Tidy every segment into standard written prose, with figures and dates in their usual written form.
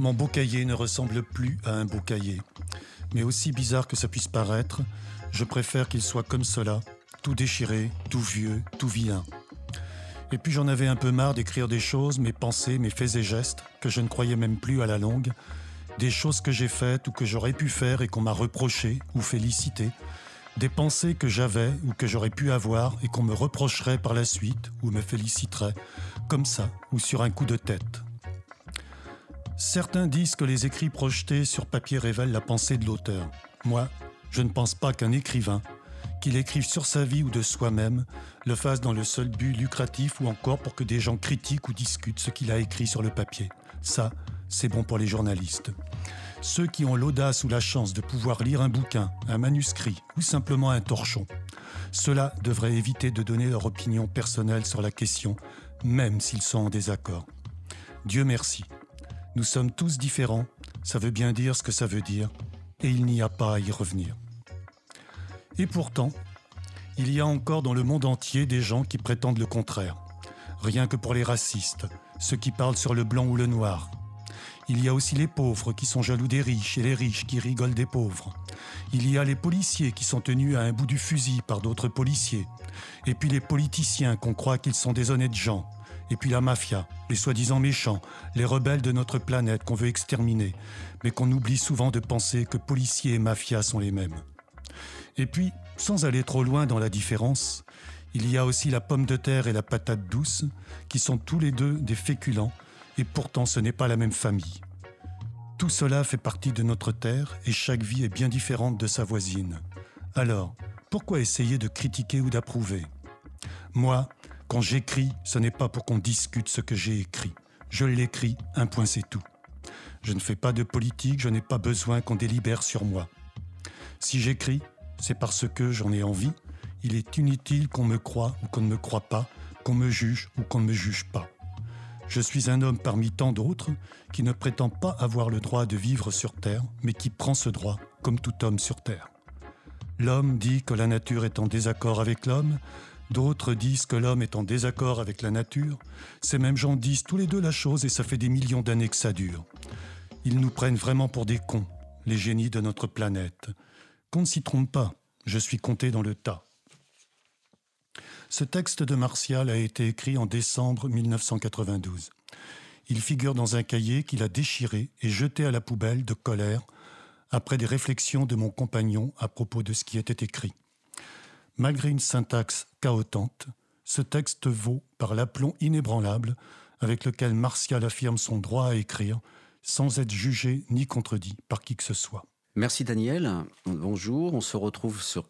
Mon beau cahier ne ressemble plus à un beau cahier. Mais aussi bizarre que ça puisse paraître, je préfère qu'il soit comme cela, tout déchiré, tout vieux, tout vilain. Et puis j'en avais un peu marre d'écrire des choses, mes pensées, mes faits et gestes, que je ne croyais même plus à la longue, des choses que j'ai faites ou que j'aurais pu faire et qu'on m'a reproché ou félicité, des pensées que j'avais ou que j'aurais pu avoir et qu'on me reprocherait par la suite ou me féliciterait, comme ça ou sur un coup de tête. Certains disent que les écrits projetés sur papier révèlent la pensée de l'auteur. Moi, je ne pense pas qu'un écrivain, qu'il écrive sur sa vie ou de soi-même, le fasse dans le seul but lucratif ou encore pour que des gens critiquent ou discutent ce qu'il a écrit sur le papier. Ça, c'est bon pour les journalistes. Ceux qui ont l'audace ou la chance de pouvoir lire un bouquin, un manuscrit ou simplement un torchon, ceux-là devraient éviter de donner leur opinion personnelle sur la question, même s'ils sont en désaccord. Dieu merci. Nous sommes tous différents, ça veut bien dire ce que ça veut dire, et il n'y a pas à y revenir. Et pourtant, il y a encore dans le monde entier des gens qui prétendent le contraire. Rien que pour les racistes, ceux qui parlent sur le blanc ou le noir. Il y a aussi les pauvres qui sont jaloux des riches et les riches qui rigolent des pauvres. Il y a les policiers qui sont tenus à un bout du fusil par d'autres policiers. Et puis les politiciens qu'on croit qu'ils sont des honnêtes gens. Et puis la mafia, les soi-disant méchants, les rebelles de notre planète qu'on veut exterminer, mais qu'on oublie souvent de penser que policiers et mafia sont les mêmes. Et puis, sans aller trop loin dans la différence, il y a aussi la pomme de terre et la patate douce, qui sont tous les deux des féculents, et pourtant ce n'est pas la même famille. Tout cela fait partie de notre terre, et chaque vie est bien différente de sa voisine. Alors, pourquoi essayer de critiquer ou d'approuver ? Moi, quand j'écris, ce n'est pas pour qu'on discute ce que j'ai écrit. Je l'écris, un point c'est tout. Je ne fais pas de politique, je n'ai pas besoin qu'on délibère sur moi. Si j'écris, c'est parce que j'en ai envie. Il est inutile qu'on me croie ou qu'on ne me croie pas, qu'on me juge ou qu'on ne me juge pas. Je suis un homme parmi tant d'autres qui ne prétend pas avoir le droit de vivre sur Terre, mais qui prend ce droit comme tout homme sur Terre. L'homme dit que la nature est en désaccord avec l'homme, d'autres disent que l'homme est en désaccord avec la nature. Ces mêmes gens disent tous les deux la chose et ça fait des millions d'années que ça dure. Ils nous prennent vraiment pour des cons, les génies de notre planète. Qu'on ne s'y trompe pas, je suis compté dans le tas. Ce texte de Martial a été écrit en décembre 1992. Il figure dans un cahier qu'il a déchiré et jeté à la poubelle de colère après des réflexions de mon compagnon à propos de ce qui était écrit. Malgré une syntaxe chaotante, ce texte vaut par l'aplomb inébranlable avec lequel Martial affirme son droit à écrire sans être jugé ni contredit par qui que ce soit. Merci Daniel. Bonjour, on se retrouve sur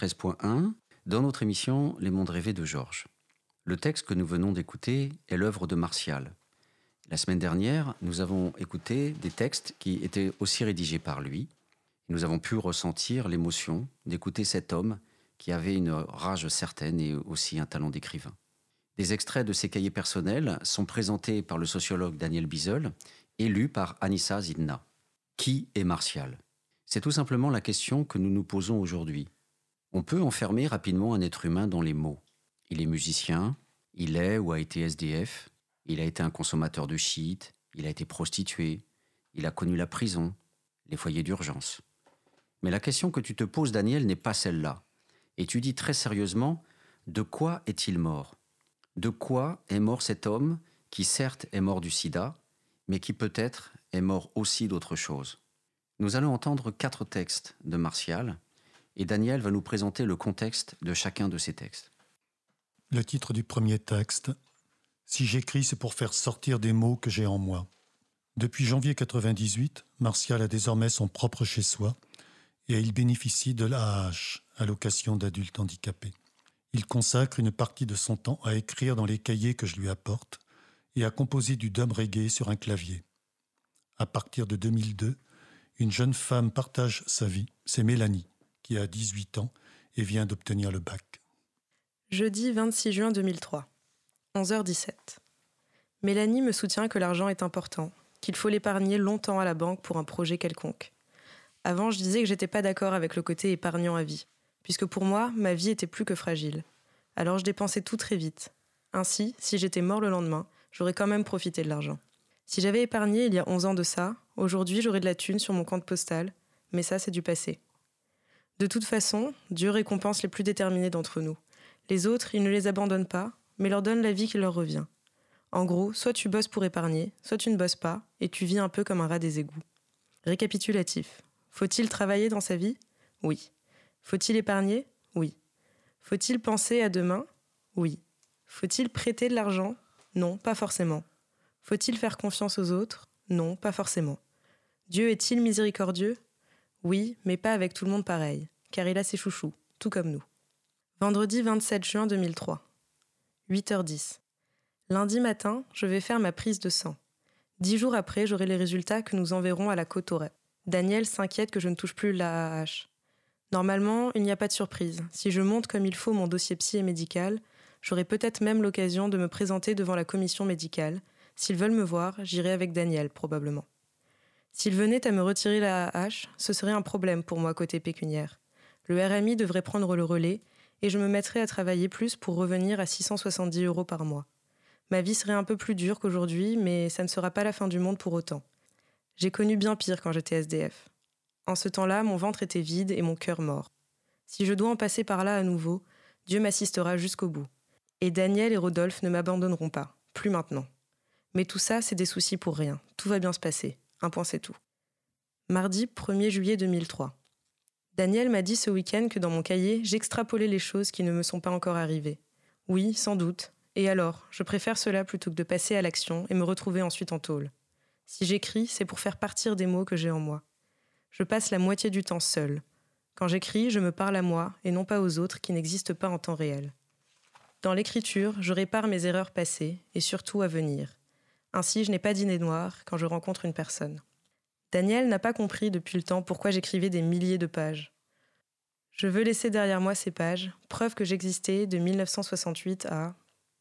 93.1 dans notre émission Les mondes rêvés de Georges. Le texte que nous venons d'écouter est l'œuvre de Martial. La semaine dernière, nous avons écouté des textes qui étaient aussi rédigés par lui. Nous avons pu ressentir l'émotion d'écouter cet homme qui avait une rage certaine et aussi un talent d'écrivain. Des extraits de ses cahiers personnels sont présentés par le sociologue Daniel Bizel et lus par Anissa Zidna. Qui est Martial ? C'est tout simplement la question que nous nous posons aujourd'hui. On peut enfermer rapidement un être humain dans les mots. Il est musicien, il est ou a été SDF, il a été un consommateur de shit, il a été prostitué, il a connu la prison, les foyers d'urgence. Mais la question que tu te poses, Daniel, n'est pas celle-là. Et tu dis très sérieusement, de quoi est-il mort ? De quoi est mort cet homme qui certes est mort du sida, mais qui peut-être est mort aussi d'autre chose ? Nous allons entendre 4 textes de Martial, et Daniel va nous présenter le contexte de chacun de ces textes. Le titre du premier texte, « Si j'écris, c'est pour faire sortir des mots que j'ai en moi ». Depuis janvier 1998, Martial a désormais son propre chez-soi et il bénéficie de l'AAH, allocation d'adultes handicapés. Il consacre une partie de son temps à écrire dans les cahiers que je lui apporte et à composer du dub reggae sur un clavier. À partir de 2002, une jeune femme partage sa vie, c'est Mélanie, qui a 18 ans et vient d'obtenir le bac. Jeudi 26 juin 2003, 11h17. Mélanie me soutient que l'argent est important, qu'il faut l'épargner longtemps à la banque pour un projet quelconque. Avant, je disais que j'étais pas d'accord avec le côté épargnant à vie, puisque pour moi, ma vie était plus que fragile. Alors je dépensais tout très vite. Ainsi, si j'étais mort le lendemain, j'aurais quand même profité de l'argent. Si j'avais épargné il y a 11 ans de ça, Aujourd'hui, j'aurai de la thune sur mon compte postal, mais ça, c'est du passé. De toute façon, Dieu récompense les plus déterminés d'entre nous. Les autres, il ne les abandonne pas, mais leur donne la vie qui leur revient. En gros, soit tu bosses pour épargner, soit tu ne bosses pas, et tu vis un peu comme un rat des égouts. Récapitulatif. Faut-il travailler dans sa vie ? Oui. Faut-il épargner ? Oui. Faut-il penser à demain ? Oui. Faut-il prêter de l'argent ? Non, pas forcément. Faut-il faire confiance aux autres ? Non, pas forcément. Dieu est-il miséricordieux ? Oui, mais pas avec tout le monde pareil, car il a ses chouchous, tout comme nous. Vendredi 27 juin 2003. 8h10. Lundi matin, je vais faire ma prise de sang. 10 jours après, j'aurai les résultats que nous enverrons à la Cotoret. Daniel s'inquiète que je ne touche plus l'AAH. Normalement, il n'y a pas de surprise. Si je monte comme il faut mon dossier psy et médical, j'aurai peut-être même l'occasion de me présenter devant la commission médicale. S'ils veulent me voir, j'irai avec Daniel, probablement. S'ils venaient à me retirer l'AAH, ce serait un problème pour moi côté pécuniaire. Le RMI devrait prendre le relais et je me mettrais à travailler plus pour revenir à 670 € par mois. Ma vie serait un peu plus dure qu'aujourd'hui, mais ça ne sera pas la fin du monde pour autant. J'ai connu bien pire quand j'étais SDF. En ce temps-là, mon ventre était vide et mon cœur mort. Si je dois en passer par là à nouveau, Dieu m'assistera jusqu'au bout. Et Daniel et Rodolphe ne m'abandonneront pas, plus maintenant. Mais tout ça, c'est des soucis pour rien. Tout va bien se passer. Un point, c'est tout. Mardi 1er juillet 2003. Daniel m'a dit ce week-end que dans mon cahier, j'extrapolais les choses qui ne me sont pas encore arrivées. Oui, sans doute. Et alors, je préfère cela plutôt que de passer à l'action et me retrouver ensuite en tôle. Si j'écris, c'est pour faire partir des mots que j'ai en moi. Je passe la moitié du temps seule. Quand j'écris, je me parle à moi et non pas aux autres qui n'existent pas en temps réel. Dans l'écriture, je répare mes erreurs passées et surtout à venir. Ainsi, je n'ai pas d'idée noire quand je rencontre une personne. Daniel n'a pas compris depuis le temps pourquoi j'écrivais des milliers de pages. Je veux laisser derrière moi ces pages, preuve que j'existais de 1968 à...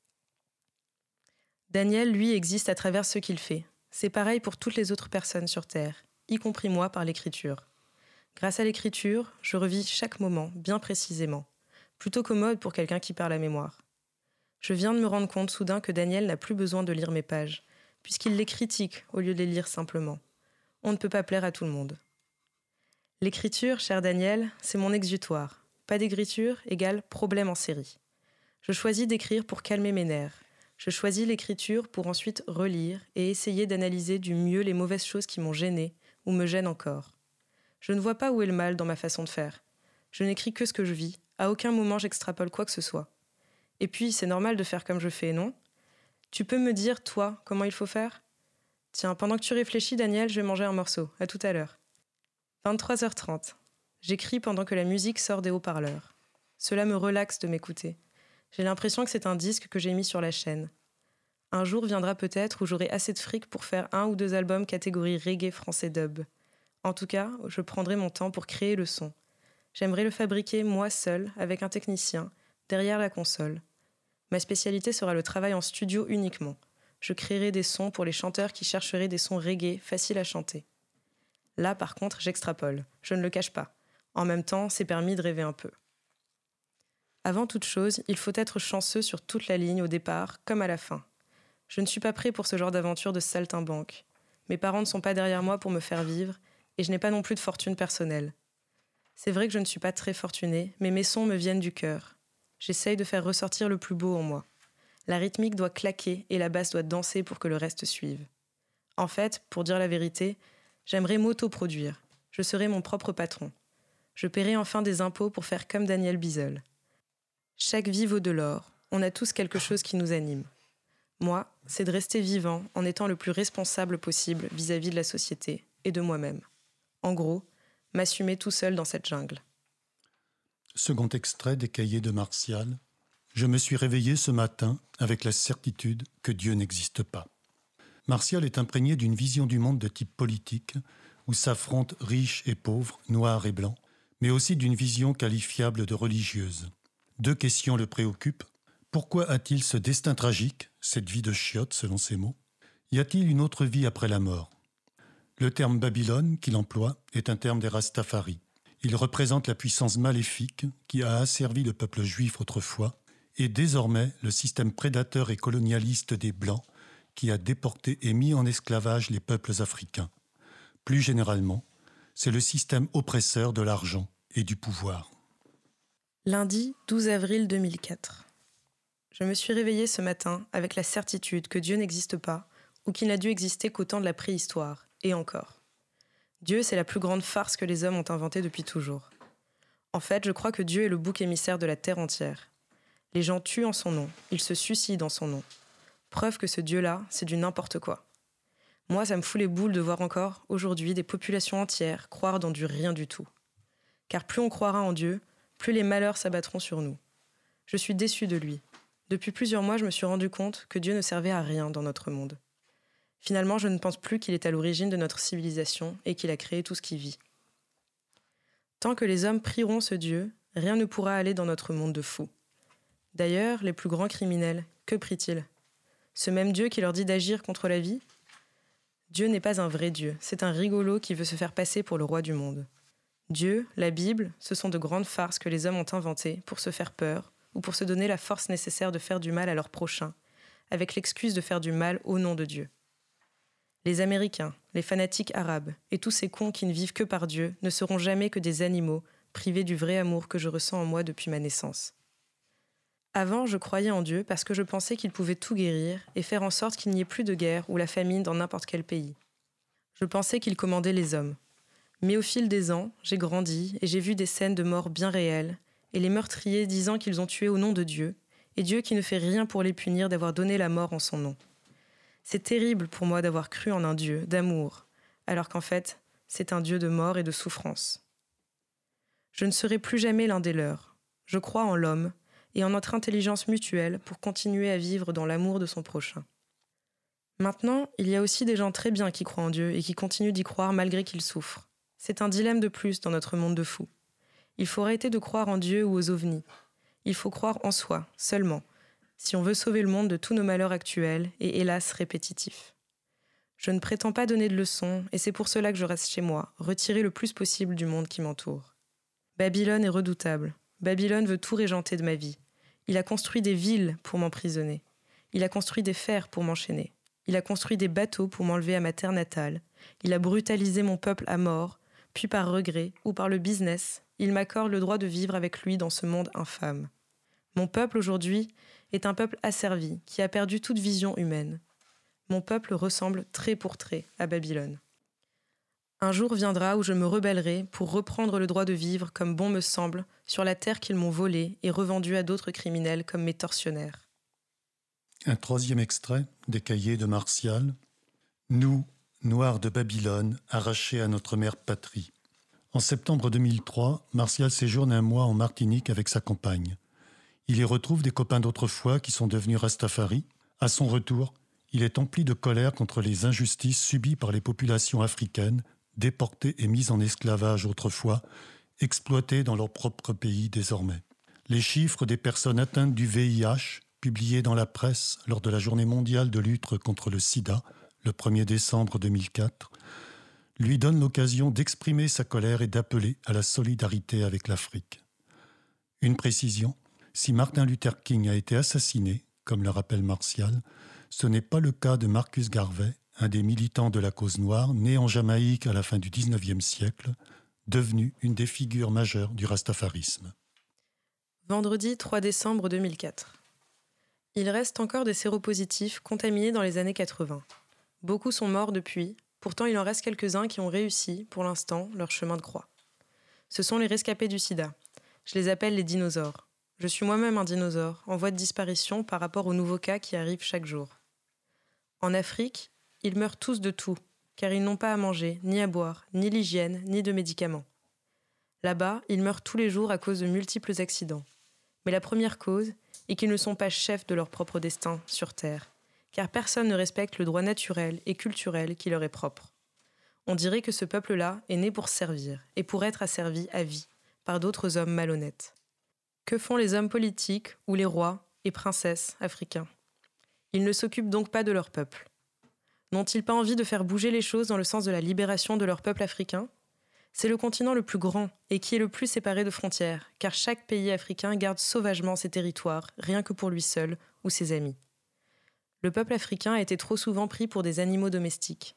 Daniel, lui, existe à travers ce qu'il fait. C'est pareil pour toutes les autres personnes sur Terre, y compris moi par l'écriture. Grâce à l'écriture, je revis chaque moment, bien précisément. Plutôt commode pour quelqu'un qui perd la mémoire. Je viens de me rendre compte soudain que Daniel n'a plus besoin de lire mes pages, puisqu'il les critique au lieu de les lire simplement. On ne peut pas plaire à tout le monde. L'écriture, cher Daniel, c'est mon exutoire. Pas d'écriture égale problème en série. Je choisis d'écrire pour calmer mes nerfs. Je choisis l'écriture pour ensuite relire et essayer d'analyser du mieux les mauvaises choses qui m'ont gêné ou me gênent encore. Je ne vois pas où est le mal dans ma façon de faire. Je n'écris que ce que je vis. À aucun moment j'extrapole quoi que ce soit. Et puis, c'est normal de faire comme je fais, non ? Tu peux me dire, toi, comment il faut faire ? Tiens, pendant que tu réfléchis, Daniel, je vais manger un morceau. À tout à l'heure. 23h30. J'écris pendant que la musique sort des haut-parleurs. Cela me relaxe de m'écouter. J'ai l'impression que c'est un disque que j'ai mis sur la chaîne. Un jour viendra peut-être où j'aurai assez de fric pour faire 1 ou 2 albums catégorie reggae français dub. En tout cas, je prendrai mon temps pour créer le son. J'aimerais le fabriquer moi seule, avec un technicien, derrière la console. Ma spécialité sera le travail en studio uniquement. Je créerai des sons pour les chanteurs qui chercheraient des sons reggae faciles à chanter. Là, par contre, j'extrapole. Je ne le cache pas. En même temps, c'est permis de rêver un peu. Avant toute chose, il faut être chanceux sur toute la ligne au départ comme à la fin. Je ne suis pas prêt pour ce genre d'aventure de saltimbanque. Mes parents ne sont pas derrière moi pour me faire vivre et je n'ai pas non plus de fortune personnelle. C'est vrai que je ne suis pas très fortunée, mais mes sons me viennent du cœur. J'essaye de faire ressortir le plus beau en moi. La rythmique doit claquer et la basse doit danser pour que le reste suive. En fait, pour dire la vérité, j'aimerais m'autoproduire. Je serai mon propre patron. Je paierai enfin des impôts pour faire comme Daniel Bizel. Chaque vie vaut de l'or. On a tous quelque chose qui nous anime. Moi, c'est de rester vivant en étant le plus responsable possible vis-à-vis de la société et de moi-même. En gros, m'assumer tout seul dans cette jungle. Second extrait des cahiers de Martial. Je me suis réveillé ce matin avec la certitude que Dieu n'existe pas. Martial est imprégné d'une vision du monde de type politique, où s'affrontent riches et pauvres, noirs et blancs, mais aussi d'une vision qualifiable de religieuse. 2 questions le préoccupent. Pourquoi a-t-il ce destin tragique, cette vie de chiotte selon ses mots ? Y a-t-il une autre vie après la mort ? Le terme Babylone qu'il emploie est un terme des Rastafari. Il représente la puissance maléfique qui a asservi le peuple juif autrefois et désormais le système prédateur et colonialiste des Blancs qui a déporté et mis en esclavage les peuples africains. Plus généralement, c'est le système oppresseur de l'argent et du pouvoir. Lundi 12 avril 2004. Je me suis réveillée ce matin avec la certitude que Dieu n'existe pas ou qu'il n'a dû exister qu'au temps de la préhistoire, et encore. Dieu, c'est la plus grande farce que les hommes ont inventée depuis toujours. En fait, je crois que Dieu est le bouc émissaire de la terre entière. Les gens tuent en son nom, ils se suicident en son nom. Preuve que ce Dieu-là, c'est du n'importe quoi. Moi, ça me fout les boules de voir encore, aujourd'hui, des populations entières croire dans du rien du tout. Car plus on croira en Dieu, plus les malheurs s'abattront sur nous. Je suis déçue de lui. Depuis plusieurs mois, je me suis rendu compte que Dieu ne servait à rien dans notre monde. Finalement, je ne pense plus qu'il est à l'origine de notre civilisation et qu'il a créé tout ce qui vit. Tant que les hommes prieront ce Dieu, rien ne pourra aller dans notre monde de fous. D'ailleurs, les plus grands criminels, que prient-ils ? Ce même Dieu qui leur dit d'agir contre la vie ? Dieu n'est pas un vrai Dieu, c'est un rigolo qui veut se faire passer pour le roi du monde. Dieu, la Bible, ce sont de grandes farces que les hommes ont inventées pour se faire peur ou pour se donner la force nécessaire de faire du mal à leur prochain, avec l'excuse de faire du mal au nom de Dieu. Les Américains, les fanatiques arabes et tous ces cons qui ne vivent que par Dieu ne seront jamais que des animaux privés du vrai amour que je ressens en moi depuis ma naissance. Avant, je croyais en Dieu parce que je pensais qu'il pouvait tout guérir et faire en sorte qu'il n'y ait plus de guerre ou la famine dans n'importe quel pays. Je pensais qu'il commandait les hommes. Mais au fil des ans, j'ai grandi et j'ai vu des scènes de mort bien réelles et les meurtriers disant qu'ils ont tué au nom de Dieu et Dieu qui ne fait rien pour les punir d'avoir donné la mort en son nom. C'est terrible pour moi d'avoir cru en un Dieu d'amour, alors qu'en fait, c'est un Dieu de mort et de souffrance. Je ne serai plus jamais l'un des leurs. Je crois en l'homme et en notre intelligence mutuelle pour continuer à vivre dans l'amour de son prochain. Maintenant, il y a aussi des gens très bien qui croient en Dieu et qui continuent d'y croire malgré qu'ils souffrent. C'est un dilemme de plus dans notre monde de fous. Il faut arrêter de croire en Dieu ou aux ovnis. Il faut croire en soi, seulement, si on veut sauver le monde de tous nos malheurs actuels et hélas répétitifs. Je ne prétends pas donner de leçons et c'est pour cela que je reste chez moi, retirée le plus possible du monde qui m'entoure. Babylone est redoutable. Babylone veut tout régenter de ma vie. Il a construit des villes pour m'emprisonner. Il a construit des fers pour m'enchaîner. Il a construit des bateaux pour m'enlever à ma terre natale. Il a brutalisé mon peuple à mort, puis par regret ou par le business, il m'accorde le droit de vivre avec lui dans ce monde infâme. Mon peuple aujourd'hui est un peuple asservi qui a perdu toute vision humaine. Mon peuple ressemble trait pour trait à Babylone. Un jour viendra où je me rebellerai pour reprendre le droit de vivre comme bon me semble sur la terre qu'ils m'ont volée et revendue à d'autres criminels comme mes tortionnaires. Un troisième extrait des cahiers de Martial. Nous, Noirs de Babylone, arrachés à notre mère patrie. En septembre 2003, Martial séjourne un mois en Martinique avec sa compagne. Il y retrouve des copains d'autrefois qui sont devenus Rastafari. À son retour, il est empli de colère contre les injustices subies par les populations africaines, déportées et mises en esclavage autrefois, exploitées dans leur propre pays désormais. Les chiffres des personnes atteintes du VIH, publiés dans la presse lors de la Journée mondiale de lutte contre le sida, le 1er décembre 2004, lui donnent l'occasion d'exprimer sa colère et d'appeler à la solidarité avec l'Afrique. Une précision, si Martin Luther King a été assassiné, comme le rappelle Martial, ce n'est pas le cas de Marcus Garvey, un des militants de la cause noire, né en Jamaïque à la fin du XIXe siècle, devenu une des figures majeures du rastafarisme. Vendredi 3 décembre 2004. Il reste encore des séropositifs contaminés dans les années 80. Beaucoup sont morts depuis, pourtant il en reste quelques-uns qui ont réussi, pour l'instant, leur chemin de croix. Ce sont les rescapés du sida. Je les appelle les dinosaures. Je suis moi-même un dinosaure, en voie de disparition par rapport aux nouveaux cas qui arrivent chaque jour. En Afrique, ils meurent tous de tout, car ils n'ont pas à manger, ni à boire, ni l'hygiène, ni de médicaments. Là-bas, ils meurent tous les jours à cause de multiples accidents. Mais la première cause est qu'ils ne sont pas chefs de leur propre destin sur Terre, car personne ne respecte le droit naturel et culturel qui leur est propre. On dirait que ce peuple-là est né pour servir, et pour être asservi à vie, par d'autres hommes malhonnêtes. Que font les hommes politiques ou les rois et princesses africains ? Ils ne s'occupent donc pas de leur peuple. N'ont-ils pas envie de faire bouger les choses dans le sens de la libération de leur peuple africain ? C'est le continent le plus grand et qui est le plus séparé de frontières, car chaque pays africain garde sauvagement ses territoires, rien que pour lui seul ou ses amis. Le peuple africain a été trop souvent pris pour des animaux domestiques.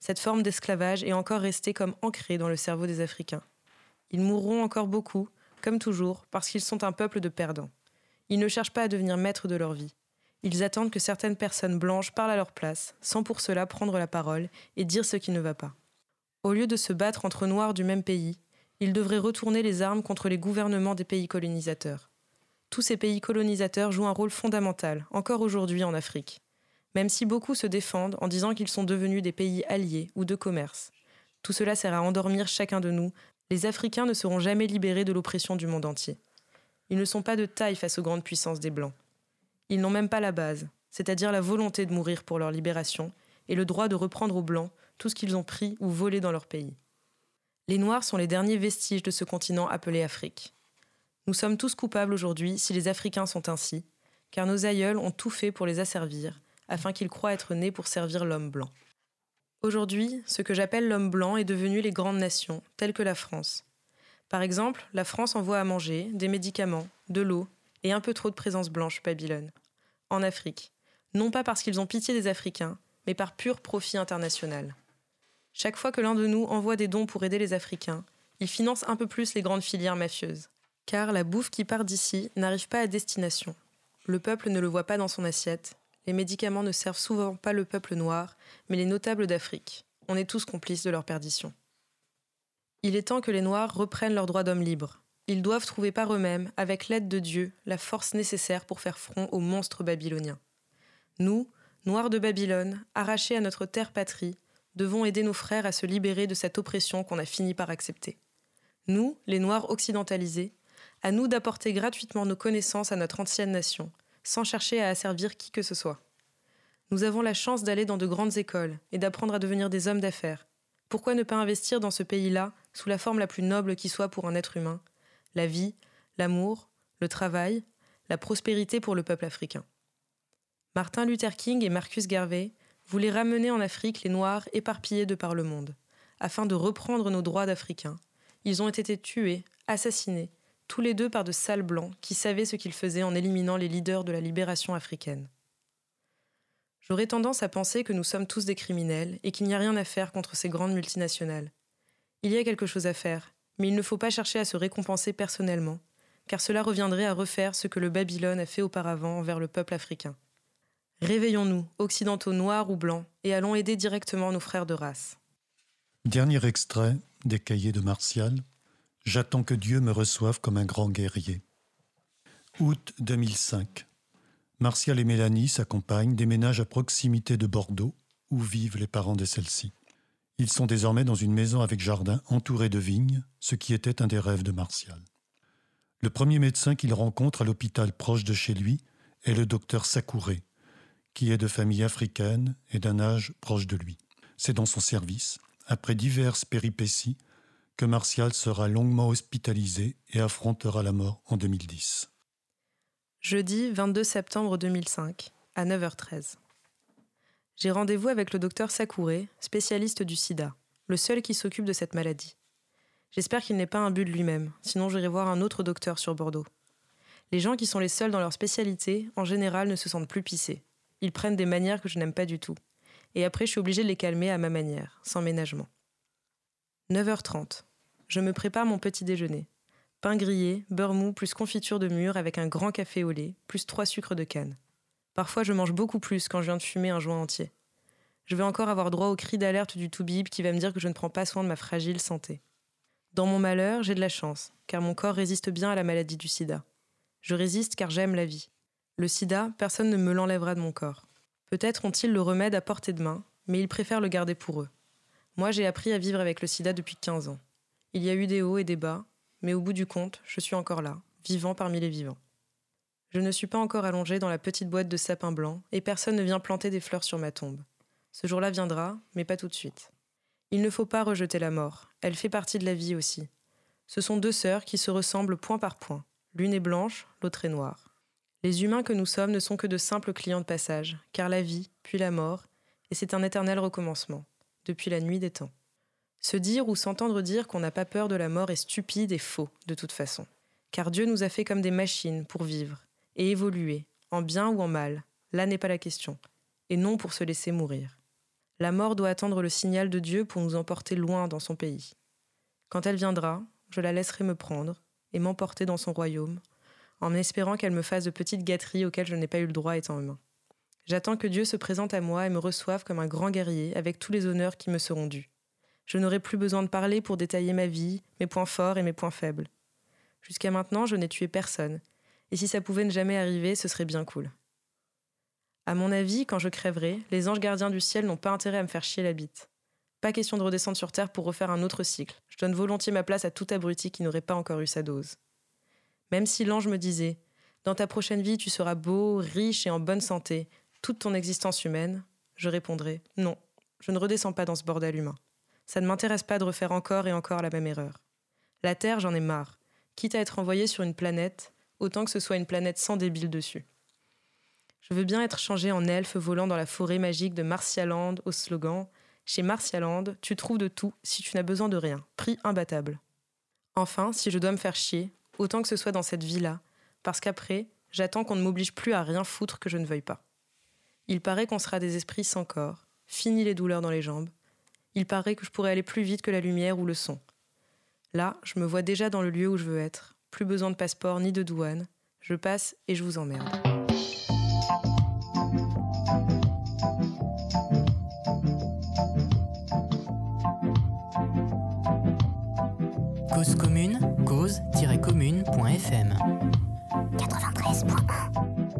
Cette forme d'esclavage est encore restée comme ancrée dans le cerveau des Africains. Ils mourront encore beaucoup, comme toujours, parce qu'ils sont un peuple de perdants. Ils ne cherchent pas à devenir maîtres de leur vie. Ils attendent que certaines personnes blanches parlent à leur place, sans pour cela prendre la parole et dire ce qui ne va pas. Au lieu de se battre entre noirs du même pays, ils devraient retourner les armes contre les gouvernements des pays colonisateurs. Tous ces pays colonisateurs jouent un rôle fondamental, encore aujourd'hui en Afrique. Même si beaucoup se défendent en disant qu'ils sont devenus des pays alliés ou de commerce. Tout cela sert à endormir chacun de nous. Les Africains ne seront jamais libérés de l'oppression du monde entier. Ils ne sont pas de taille face aux grandes puissances des Blancs. Ils n'ont même pas la base, c'est-à-dire la volonté de mourir pour leur libération et le droit de reprendre aux Blancs tout ce qu'ils ont pris ou volé dans leur pays. Les Noirs sont les derniers vestiges de ce continent appelé Afrique. Nous sommes tous coupables aujourd'hui si les Africains sont ainsi, car nos aïeuls ont tout fait pour les asservir, afin qu'ils croient être nés pour servir l'homme blanc. Aujourd'hui, ce que j'appelle l'homme blanc est devenu les grandes nations, telles que la France. Par exemple, la France envoie à manger, des médicaments, de l'eau et un peu trop de présence blanche Babylone, en Afrique, non pas parce qu'ils ont pitié des Africains, mais par pur profit international. Chaque fois que l'un de nous envoie des dons pour aider les Africains, il finance un peu plus les grandes filières mafieuses. Car la bouffe qui part d'ici n'arrive pas à destination. Le peuple ne le voit pas dans son assiette. Les médicaments ne servent souvent pas le peuple noir, mais les notables d'Afrique. On est tous complices de leur perdition. Il est temps que les Noirs reprennent leurs droits d'hommes libres. Ils doivent trouver par eux-mêmes, avec l'aide de Dieu, la force nécessaire pour faire front aux monstres babyloniens. Nous, Noirs de Babylone, arrachés à notre terre patrie, devons aider nos frères à se libérer de cette oppression qu'on a fini par accepter. Nous, les Noirs occidentalisés, à nous d'apporter gratuitement nos connaissances à notre ancienne nation, sans chercher à asservir qui que ce soit. Nous avons la chance d'aller dans de grandes écoles et d'apprendre à devenir des hommes d'affaires. Pourquoi ne pas investir dans ce pays-là, sous la forme la plus noble qui soit pour un être humain, la vie, l'amour, le travail, la prospérité pour le peuple africain. Martin Luther King et Marcus Garvey voulaient ramener en Afrique les Noirs éparpillés de par le monde, afin de reprendre nos droits d'Africains. Ils ont été tués, assassinés, tous les deux par de sales blancs qui savaient ce qu'ils faisaient en éliminant les leaders de la libération africaine. J'aurais tendance à penser que nous sommes tous des criminels et qu'il n'y a rien à faire contre ces grandes multinationales. Il y a quelque chose à faire, mais il ne faut pas chercher à se récompenser personnellement, car cela reviendrait à refaire ce que le Babylone a fait auparavant envers le peuple africain. Réveillons-nous, occidentaux noirs ou blancs, et allons aider directement nos frères de race. Dernier extrait des cahiers de Martial. J'attends que Dieu me reçoive comme un grand guerrier. Août 2005. Martial et Mélanie, sa compagne, déménagent à proximité de Bordeaux, où vivent les parents de celle-ci. Ils sont désormais dans une maison avec jardin entourée de vignes, ce qui était un des rêves de Martial. Le premier médecin qu'il rencontre à l'hôpital proche de chez lui est le docteur Sakouré, qui est de famille africaine et d'un âge proche de lui. C'est dans son service, après diverses péripéties, que Martial sera longuement hospitalisé et affrontera la mort en 2010. Jeudi 22 septembre 2005, à 9h13. J'ai rendez-vous avec le docteur Sakouré, spécialiste du sida, le seul qui s'occupe de cette maladie. J'espère qu'il n'est pas imbu de lui-même, sinon j'irai voir un autre docteur sur Bordeaux. Les gens qui sont les seuls dans leur spécialité, en général, ne se sentent plus pissés. Ils prennent des manières que je n'aime pas du tout. Et après, je suis obligée de les calmer à ma manière, sans ménagement. 9h30. Je me prépare mon petit déjeuner. Pain grillé, beurre mou plus confiture de mûre avec un grand café au lait, plus 3 sucres de canne. Parfois, je mange beaucoup plus quand je viens de fumer un joint entier. Je vais encore avoir droit au cri d'alerte du toubib qui va me dire que je ne prends pas soin de ma fragile santé. Dans mon malheur, j'ai de la chance, car mon corps résiste bien à la maladie du sida. Je résiste car j'aime la vie. Le sida, personne ne me l'enlèvera de mon corps. Peut-être ont-ils le remède à portée de main, mais ils préfèrent le garder pour eux. Moi, j'ai appris à vivre avec le sida depuis 15 ans. Il y a eu des hauts et des bas, mais au bout du compte, je suis encore là, vivant parmi les vivants. Je ne suis pas encore allongée dans la petite boîte de sapin blanc et personne ne vient planter des fleurs sur ma tombe. Ce jour-là viendra, mais pas tout de suite. Il ne faut pas rejeter la mort, elle fait partie de la vie aussi. Ce sont 2 sœurs qui se ressemblent point par point. L'une est blanche, l'autre est noire. Les humains que nous sommes ne sont que de simples clients de passage, car la vie, puis la mort, et c'est un éternel recommencement, depuis la nuit des temps. Se dire ou s'entendre dire qu'on n'a pas peur de la mort est stupide et faux, de toute façon. Car Dieu nous a fait comme des machines pour vivre et évoluer, en bien ou en mal, là n'est pas la question, et non pour se laisser mourir. La mort doit attendre le signal de Dieu pour nous emporter loin dans son pays. Quand elle viendra, je la laisserai me prendre et m'emporter dans son royaume, en espérant qu'elle me fasse de petites gâteries auxquelles je n'ai pas eu le droit étant humain. J'attends que Dieu se présente à moi et me reçoive comme un grand guerrier avec tous les honneurs qui me seront dus. Je n'aurai plus besoin de parler pour détailler ma vie, mes points forts et mes points faibles. Jusqu'à maintenant, je n'ai tué personne, et si ça pouvait ne jamais arriver, ce serait bien cool. À mon avis, quand je crèverai, les anges gardiens du ciel n'ont pas intérêt à me faire chier la bite. Pas question de redescendre sur Terre pour refaire un autre cycle. Je donne volontiers ma place à tout abruti qui n'aurait pas encore eu sa dose. Même si l'ange me disait « Dans ta prochaine vie, tu seras beau, riche et en bonne santé, toute ton existence humaine », je répondrai « Non, je ne redescends pas dans ce bordel humain. Ça ne m'intéresse pas de refaire encore et encore la même erreur. La Terre, j'en ai marre. Quitte à être envoyé sur une planète, autant que ce soit une planète sans débile dessus. Je veux bien être changé en elfe volant dans la forêt magique de Martialand au slogan « Chez Martialand, tu trouves de tout si tu n'as besoin de rien. Prix imbattable. » Enfin, si je dois me faire chier, autant que ce soit dans cette vie-là, parce qu'après, j'attends qu'on ne m'oblige plus à rien foutre que je ne veuille pas. Il paraît qu'on sera des esprits sans corps, fini les douleurs dans les jambes. Il paraît que je pourrais aller plus vite que la lumière ou le son. Là, je me vois déjà dans le lieu où je veux être. Plus besoin de passeport ni de douane. Je passe et je vous emmerde. Cause commune, cause-commune.fm 93.1.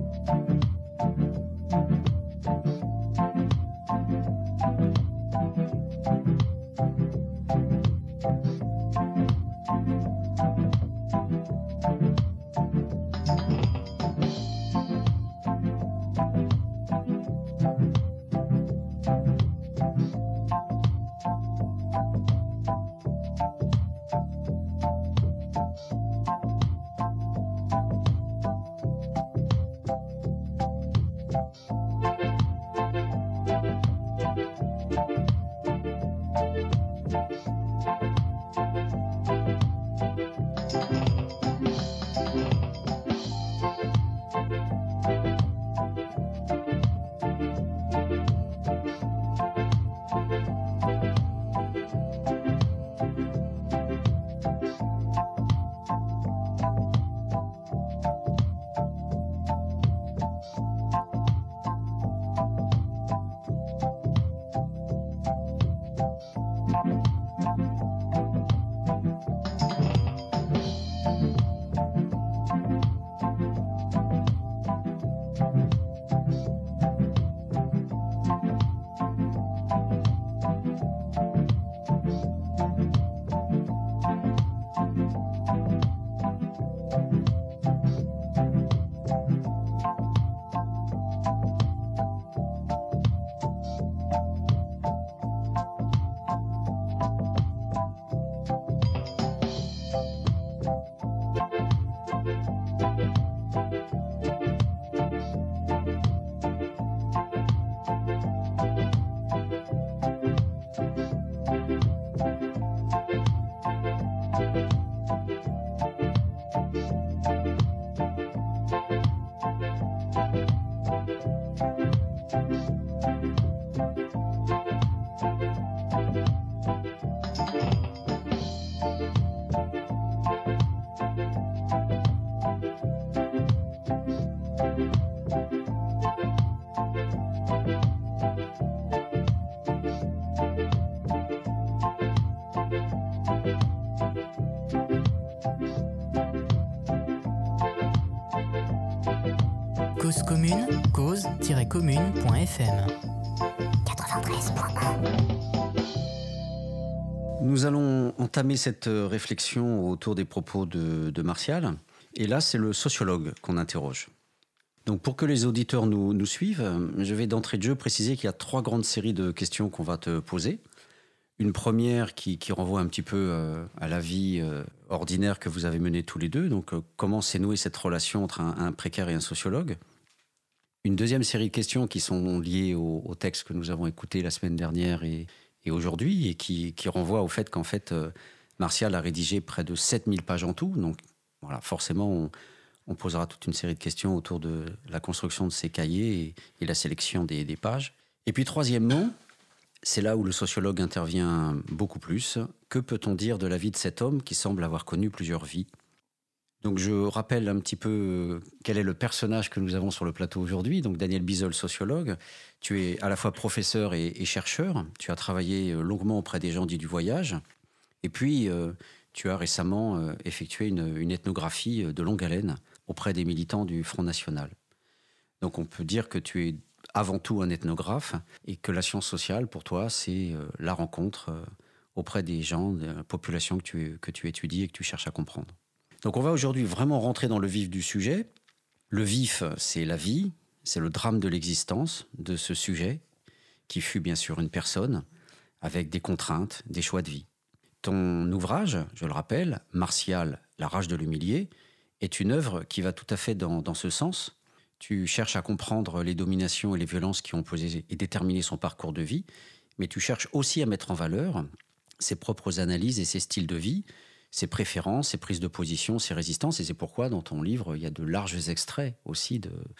Cause commune, cause-commune.fm 93.1. Nous allons entamer cette réflexion autour des propos de Martial. Et là, c'est le sociologue qu'on interroge. Donc, pour que les auditeurs nous suivent, je vais d'entrée de jeu préciser qu'il y a 3 grandes séries de questions qu'on va te poser. Une première qui renvoie un petit peu à la vie ordinaire que vous avez menée tous les deux. Donc, comment s'est nouée cette relation entre un précaire et un sociologue ? Une deuxième série de questions qui sont liées au texte que nous avons écouté la semaine dernière et aujourd'hui, et qui renvoie au fait qu'en fait, Martial a rédigé près de 7000 pages en tout. Donc, voilà, forcément, on posera toute une série de questions autour de la construction de ces cahiers et la sélection des pages. Et puis, troisièmement, c'est là où le sociologue intervient beaucoup plus. Que peut-on dire de la vie de cet homme qui semble avoir connu plusieurs vies ? Donc je rappelle un petit peu quel est le personnage que nous avons sur le plateau aujourd'hui. Donc Daniel Bizel, sociologue. Tu es à la fois professeur et chercheur. Tu as travaillé longuement auprès des gens dits du voyage. Et puis, tu as récemment effectué une ethnographie de longue haleine auprès des militants du Front National. Donc on peut dire que tu es avant tout un ethnographe et que la science sociale, pour toi, c'est la rencontre auprès des gens, de la population que tu étudies et que tu cherches à comprendre. Donc on va aujourd'hui vraiment rentrer dans le vif du sujet. Le vif, c'est la vie, c'est le drame de l'existence de ce sujet, qui fut bien sûr une personne, avec des contraintes, des choix de vie. Ton ouvrage, je le rappelle, Martial, La rage de l'humilié, est une œuvre qui va tout à fait dans ce sens. Tu cherches à comprendre les dominations et les violences qui ont posé et déterminé son parcours de vie, mais tu cherches aussi à mettre en valeur ses propres analyses et ses styles de vie, ses préférences, ses prises de position, ses résistances, et c'est pourquoi dans ton livre, il y a de larges extraits aussi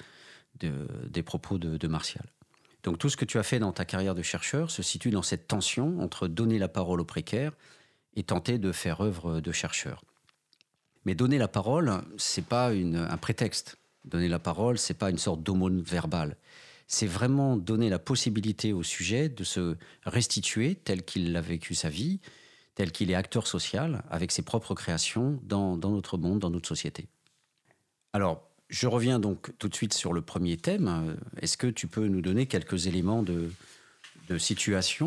des propos de Martial. Donc tout ce que tu as fait dans ta carrière de chercheur se situe dans cette tension entre donner la parole aux précaires et tenter de faire œuvre de chercheur. Mais donner la parole, c'est pas un prétexte. Donner la parole, c'est pas une sorte d'aumône verbale. C'est vraiment donner la possibilité au sujet de se restituer tel qu'il a vécu sa vie, tel qu'il est acteur social, avec ses propres créations dans notre monde, dans notre société. Alors, je reviens donc tout de suite sur le premier thème. Est-ce que tu peux nous donner quelques éléments de situation ?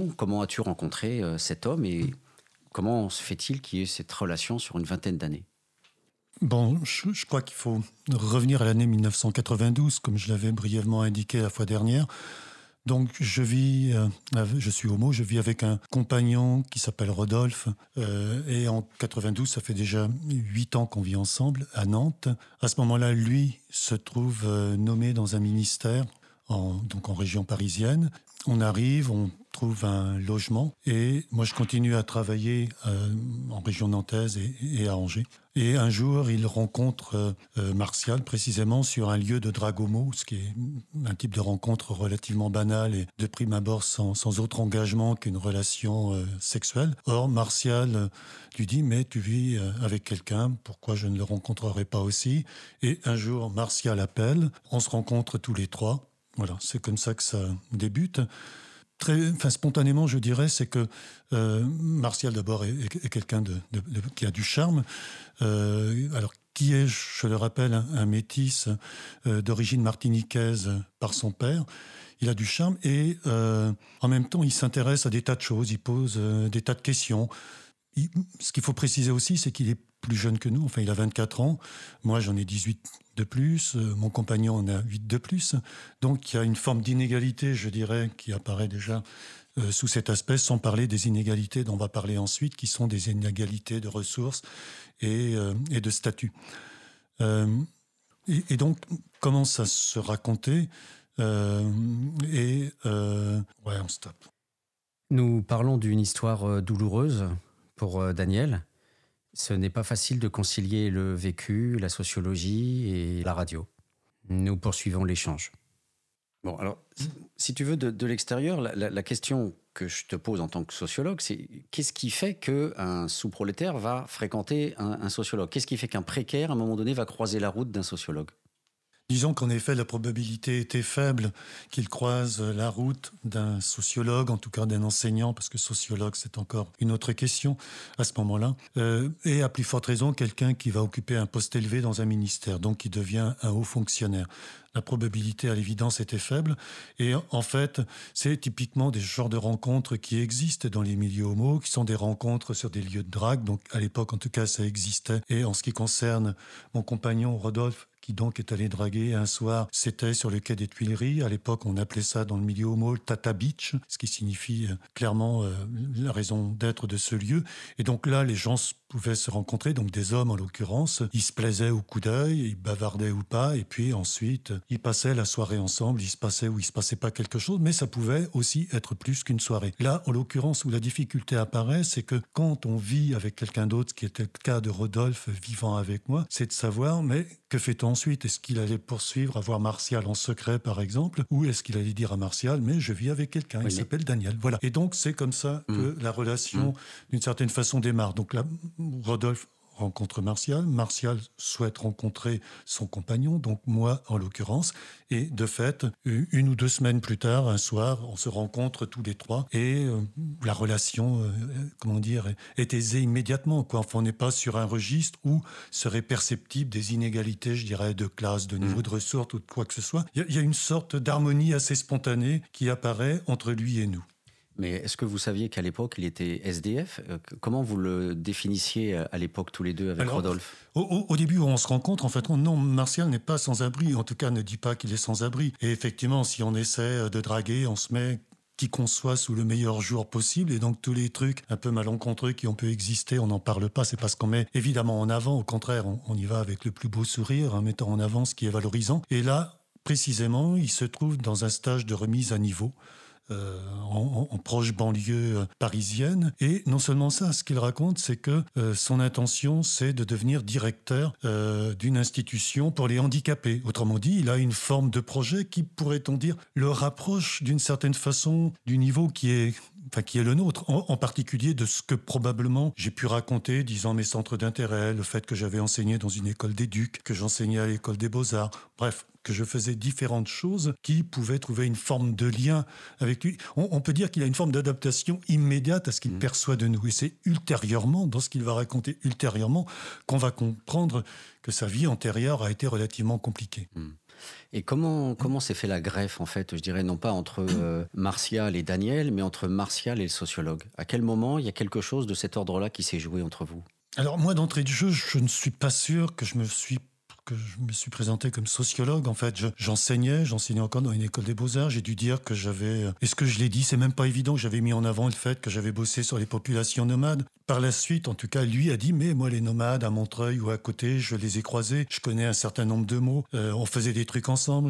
Comment as-tu rencontré cet homme et comment se fait-il qu'il y ait cette relation sur une vingtaine d'années ? Bon, je crois qu'il faut revenir à l'année 1992, comme je l'avais brièvement indiqué la fois dernière. Donc, je suis homo, je vis avec un compagnon qui s'appelle Rodolphe. Et en 92, ça fait déjà 8 ans qu'on vit ensemble à Nantes. À ce moment-là, lui se trouve nommé dans un ministère, donc en région parisienne. On arrive, on trouve un logement et moi je continue à travailler en région nantaise et à Angers. Et un jour, il rencontre Martial précisément sur un lieu de dragomo, ce qui est un type de rencontre relativement banal et de prime abord sans autre engagement qu'une relation sexuelle. Or, Martial lui dit « mais tu vis avec quelqu'un, pourquoi je ne le rencontrerai pas aussi ?» Et un jour, Martial appelle, on se rencontre tous les trois. Voilà, c'est comme ça que ça débute. Spontanément, je dirais, c'est que Martial, d'abord, est quelqu'un qui a du charme. Alors, qui est, je le rappelle, un métis d'origine martiniquaise par son père. Il a du charme et, en même temps, il s'intéresse à des tas de choses. Il pose des tas de questions. Ce qu'il faut préciser aussi, c'est qu'il est plus jeune que nous. Enfin, il a 24 ans. Moi, j'en ai 18 de plus. Mon compagnon en a 8 de plus. Donc, il y a une forme d'inégalité, je dirais, qui apparaît déjà sous cet aspect, sans parler des inégalités dont on va parler ensuite, qui sont des inégalités de ressources et de statut. Et donc, commence à se raconter. Ouais, on stoppe. Nous parlons d'une histoire douloureuse pour Daniel. Ce n'est pas facile de concilier le vécu, la sociologie et la radio. Nous poursuivons l'échange. Bon, alors, si tu veux, de l'extérieur, la question que je te pose en tant que sociologue, c'est qu'est-ce qui fait qu'un sous-prolétaire va fréquenter un sociologue ? Qu'est-ce qui fait qu'un précaire, à un moment donné, va croiser la route d'un sociologue ? Disons qu'en effet, la probabilité était faible qu'il croise la route d'un sociologue, en tout cas d'un enseignant, parce que sociologue, c'est encore une autre question à ce moment-là. Et à plus forte raison, quelqu'un qui va occuper un poste élevé dans un ministère, donc qui devient un haut fonctionnaire. La probabilité, à l'évidence, était faible. Et en fait, c'est typiquement des genres de rencontres qui existent dans les milieux homo, qui sont des rencontres sur des lieux de drague. Donc, à l'époque, en tout cas, ça existait. Et en ce qui concerne mon compagnon Rodolphe, qui donc est allé draguer un soir, c'était sur le quai des Tuileries. À l'époque, on appelait ça dans le milieu homo Tata Beach, ce qui signifie clairement la raison d'être de ce lieu. Et donc là, les gens pouvaient se rencontrer, donc des hommes en l'occurrence. Ils se plaisaient au coup d'œil, ils bavardaient ou pas, et puis ensuite, ils passaient la soirée ensemble, il se passait ou il se passait pas quelque chose, mais ça pouvait aussi être plus qu'une soirée. Là, en l'occurrence, où la difficulté apparaît, c'est que quand on vit avec quelqu'un d'autre, ce qui était le cas de Rodolphe vivant avec moi, c'est de savoir, mais que fait-on ensuite? Est-ce qu'il allait poursuivre, avoir Martial en secret, par exemple? Ou est-ce qu'il allait dire à Martial, mais je vis avec quelqu'un, il s'appelle Daniel. Voilà. Et donc, c'est comme ça que la relation, d'une certaine façon, démarre. Donc là, Rodolphe rencontre Martial. Martial souhaite rencontrer son compagnon, donc moi en l'occurrence. Et de fait, 1 ou 2 semaines plus tard, un soir, on se rencontre tous les 3 et la relation, est aisée immédiatement, quoi. Enfin, on n'est pas sur un registre où seraient perceptibles des inégalités, je dirais, de classe, de niveau de ressources ou de quoi que ce soit. Il y a une sorte d'harmonie assez spontanée qui apparaît entre lui et nous. Mais est-ce que vous saviez qu'à l'époque, il était SDF? Comment vous le définissiez à l'époque tous les deux avec Rodolphe? Au début où on se rencontre, en fait, non, Martial n'est pas sans abri. En tout cas, ne dit pas qu'il est sans abri. Et effectivement, si on essaie de draguer, on se met qui qu'on soit sous le meilleur jour possible. Et donc, tous les trucs un peu malencontreux qui ont pu exister, on n'en parle pas. C'est parce qu'on met évidemment en avant. Au contraire, on y va avec le plus beau sourire, en mettant en avant ce qui est valorisant. Et là, précisément, il se trouve dans un stage de remise à niveau. En proche banlieue parisienne. Et non seulement ça, ce qu'il raconte, c'est que son intention, c'est de devenir directeur d'une institution pour les handicapés. Autrement dit, il a une forme de projet qui, pourrait-on dire, le rapproche d'une certaine façon du niveau qui est le nôtre, en particulier de ce que probablement j'ai pu raconter, disant mes centres d'intérêt, le fait que j'avais enseigné dans une école d'éduc, que j'enseignais à l'école des beaux-arts, bref, que je faisais différentes choses qui pouvaient trouver une forme de lien avec lui. On peut dire qu'il a une forme d'adaptation immédiate à ce qu'il perçoit de nous. Et c'est ultérieurement, dans ce qu'il va raconter ultérieurement, qu'on va comprendre que sa vie antérieure a été relativement compliquée. Et comment s'est fait la greffe, en fait, je dirais, non pas entre Martial et Daniel, mais entre Martial et le sociologue? À quel moment il y a quelque chose de cet ordre-là qui s'est joué entre vous? Alors moi, d'entrée de jeu, je ne suis pas sûr que je me suis présenté comme sociologue. En fait, j'enseignais encore dans une école des beaux-arts. J'ai dû dire que j'avais... Est-ce que je l'ai dit? C'est même pas évident que j'avais mis en avant le fait que j'avais bossé sur les populations nomades. Par la suite, en tout cas, lui a dit, mais moi, les nomades à Montreuil ou à côté, je les ai croisés. Je connais un certain nombre de mots. On faisait des trucs ensemble.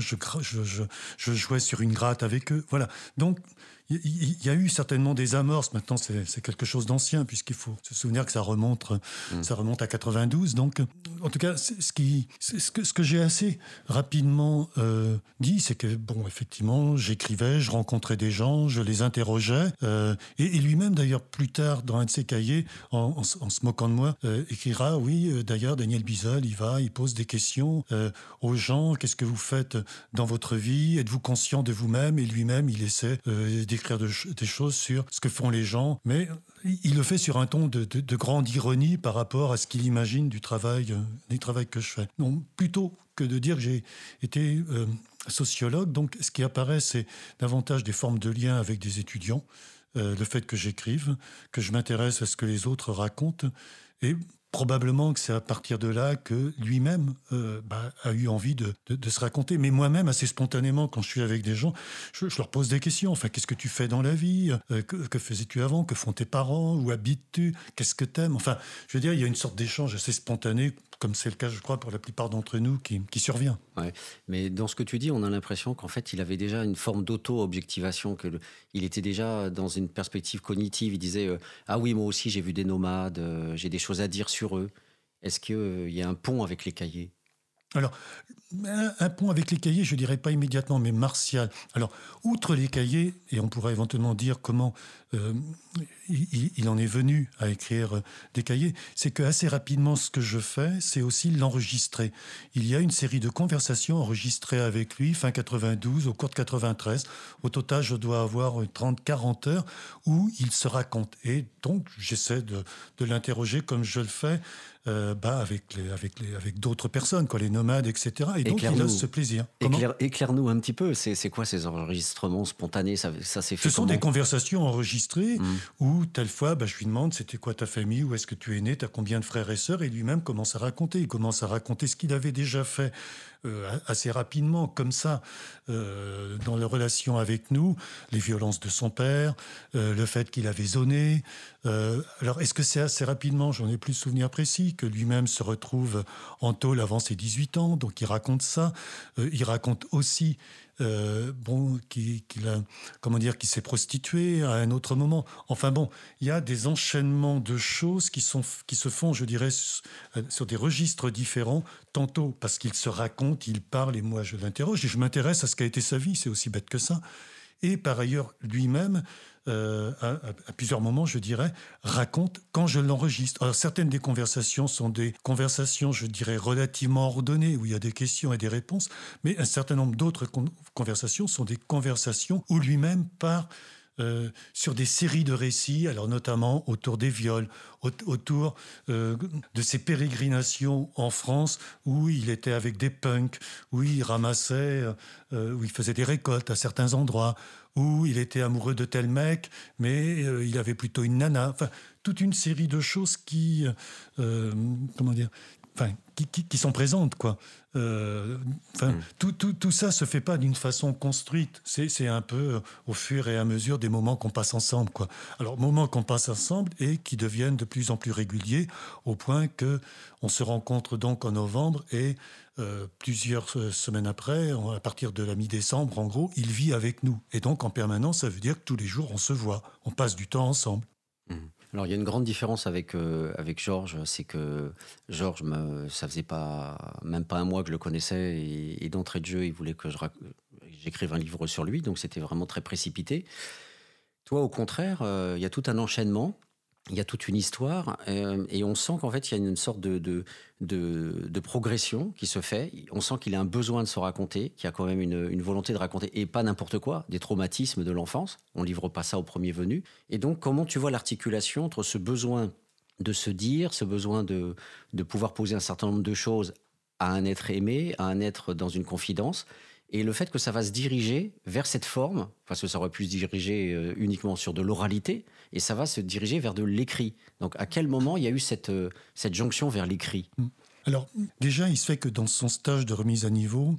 Je jouais sur une gratte avec eux. Voilà. Donc, il y a eu certainement des amorces. Maintenant, c'est quelque chose d'ancien, puisqu'il faut se souvenir que ça remonte à 92. Donc, en tout cas, ce que j'ai assez rapidement dit, c'est que, bon, effectivement, j'écrivais, je rencontrais des gens, je les interrogeais. Et lui-même, d'ailleurs, plus tard, dans un de ses cahiers, en se moquant de moi, écrira, oui, d'ailleurs, Daniel Bizel, il pose des questions aux gens. Qu'est-ce que vous faites dans votre vie? Êtes-vous conscient de vous-même? Et lui-même, il essaie d'écrire des choses sur ce que font les gens, mais il le fait sur un ton de grande ironie par rapport à ce qu'il imagine du travail que je fais. Donc, plutôt que de dire que j'ai été sociologue, donc ce qui apparaît, c'est davantage des formes de lien avec des étudiants, le fait que j'écrive, que je m'intéresse à ce que les autres racontent, et probablement que c'est à partir de là que lui-même a eu envie de se raconter. Mais moi-même, assez spontanément, quand je suis avec des gens, je leur pose des questions. Enfin, qu'est-ce que tu fais dans la vie? Que faisais-tu avant? Que font tes parents? Où habites-tu? Qu'est-ce que t'aimes? Enfin, je veux dire, il y a une sorte d'échange assez spontané, comme c'est le cas, je crois, pour la plupart d'entre nous, qui survient. Ouais. Mais dans ce que tu dis, on a l'impression qu'en fait, il avait déjà une forme d'auto-objectivation, il était déjà dans une perspective cognitive. Il disait ah oui, moi aussi, j'ai vu des nomades, j'ai des choses à dire sur eux. Est-ce qu'il y a un pont avec les cahiers? Alors, un pont avec les cahiers, je ne dirais pas immédiatement, mais Martial. Alors, outre les cahiers, et on pourrait éventuellement dire comment il en est venu à écrire des cahiers, c'est que assez rapidement, ce que je fais, c'est aussi l'enregistrer. Il y a une série de conversations enregistrées avec lui, fin 92, au cours de 93. Au total, je dois avoir 30-40 heures où il se raconte. Et donc, j'essaie de l'interroger comme je le fais avec d'autres personnes, quoi, les nomades, etc. Et donc, il a ce plaisir. Éclaire-nous un petit peu. C'est quoi ces enregistrements spontanés? Ça s'est fait? Ce sont des conversations enregistrées où, telle fois, je lui demande c'était quoi ta famille, où est-ce que tu es né, t'as combien de frères et sœurs, et lui-même commence à raconter. Il commence à raconter ce qu'il avait déjà fait assez rapidement, comme ça, dans la relation avec nous, les violences de son père, le fait qu'il avait zoné. Alors, est-ce que c'est assez rapidement? J'en ai plus souvenir précis, que lui-même se retrouve en tôle avant ses 18 ans, donc il raconte ça. Il raconte aussi qui s'est prostitué à un autre moment. Enfin bon, il y a des enchaînements de choses qui se font, je dirais, sur des registres différents, tantôt parce qu'il se raconte, il parle, et moi je l'interroge, et je m'intéresse à ce qu'a été sa vie, c'est aussi bête que ça. Et par ailleurs, lui-même, à plusieurs moments, je dirais, raconte quand je l'enregistre. Alors, certaines des conversations sont des conversations, je dirais, relativement ordonnées, où il y a des questions et des réponses, mais un certain nombre d'autres conversations sont des conversations où lui-même part sur des séries de récits, alors notamment autour des viols, autour de ses pérégrinations en France, où il était avec des punks, où il ramassait, où il faisait des récoltes à certains endroits, où il était amoureux de tel mec, mais il avait plutôt une nana. Enfin, toute une série de choses qui sont présentes, quoi. Tout ça se fait pas d'une façon construite. C'est un peu au fur et à mesure des moments qu'on passe ensemble, quoi. Alors, moments qu'on passe ensemble et qui deviennent de plus en plus réguliers, au point que on se rencontre donc en novembre et plusieurs semaines après, à partir de la mi-décembre, en gros, il vit avec nous. Et donc, en permanence, ça veut dire que tous les jours, on se voit, on passe du temps ensemble. Alors, il y a une grande différence avec Georges, c'est que Georges, ça faisait même pas un mois que je le connaissais, et d'entrée de jeu, il voulait que j'écrive un livre sur lui, donc c'était vraiment très précipité. Toi, au contraire, il y a tout un enchaînement, il y a toute une histoire, et on sent qu'en fait, il y a une sorte de progression qui se fait. On sent qu'il a un besoin de se raconter, qu'il y a quand même une volonté de raconter, et pas n'importe quoi, des traumatismes de l'enfance. On ne livre pas ça au premier venu. Et donc, comment tu vois l'articulation entre ce besoin de se dire, ce besoin de pouvoir poser un certain nombre de choses à un être aimé, à un être dans une confidence, et le fait que ça va se diriger vers cette forme, parce que ça aurait pu se diriger uniquement sur de l'oralité, et ça va se diriger vers de l'écrit. Donc à quel moment il y a eu cette jonction vers l'écrit ? Alors déjà, il se fait que dans son stage de remise à niveau,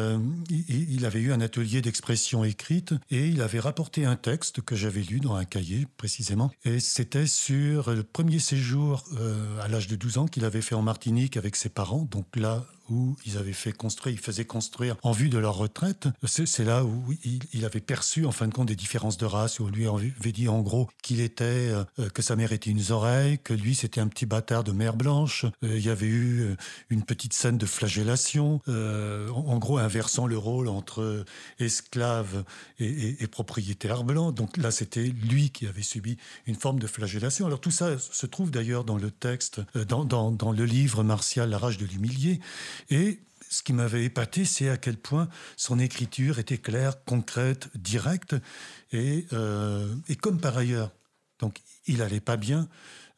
il avait eu un atelier d'expression écrite et il avait rapporté un texte que j'avais lu dans un cahier précisément, et c'était sur le premier séjour à l'âge de 12 ans qu'il avait fait en Martinique avec ses parents, donc là où ils faisaient construire en vue de leur retraite. C'est là où il avait perçu en fin de compte des différences de race, où on lui avait dit en gros que sa mère était une oreille, que lui c'était un petit bâtard de mer blanche. Il y avait eu une petite scène de flagellation, en gros inversant le rôle entre esclave et propriétaire blanc. Donc là c'était lui qui avait subi une forme de flagellation. Alors tout ça se trouve d'ailleurs dans le texte, dans le livre Martial, La rage de l'humilié. Et ce qui m'avait épaté, c'est à quel point son écriture était claire, concrète, directe, et comme par ailleurs. Donc, il allait pas bien.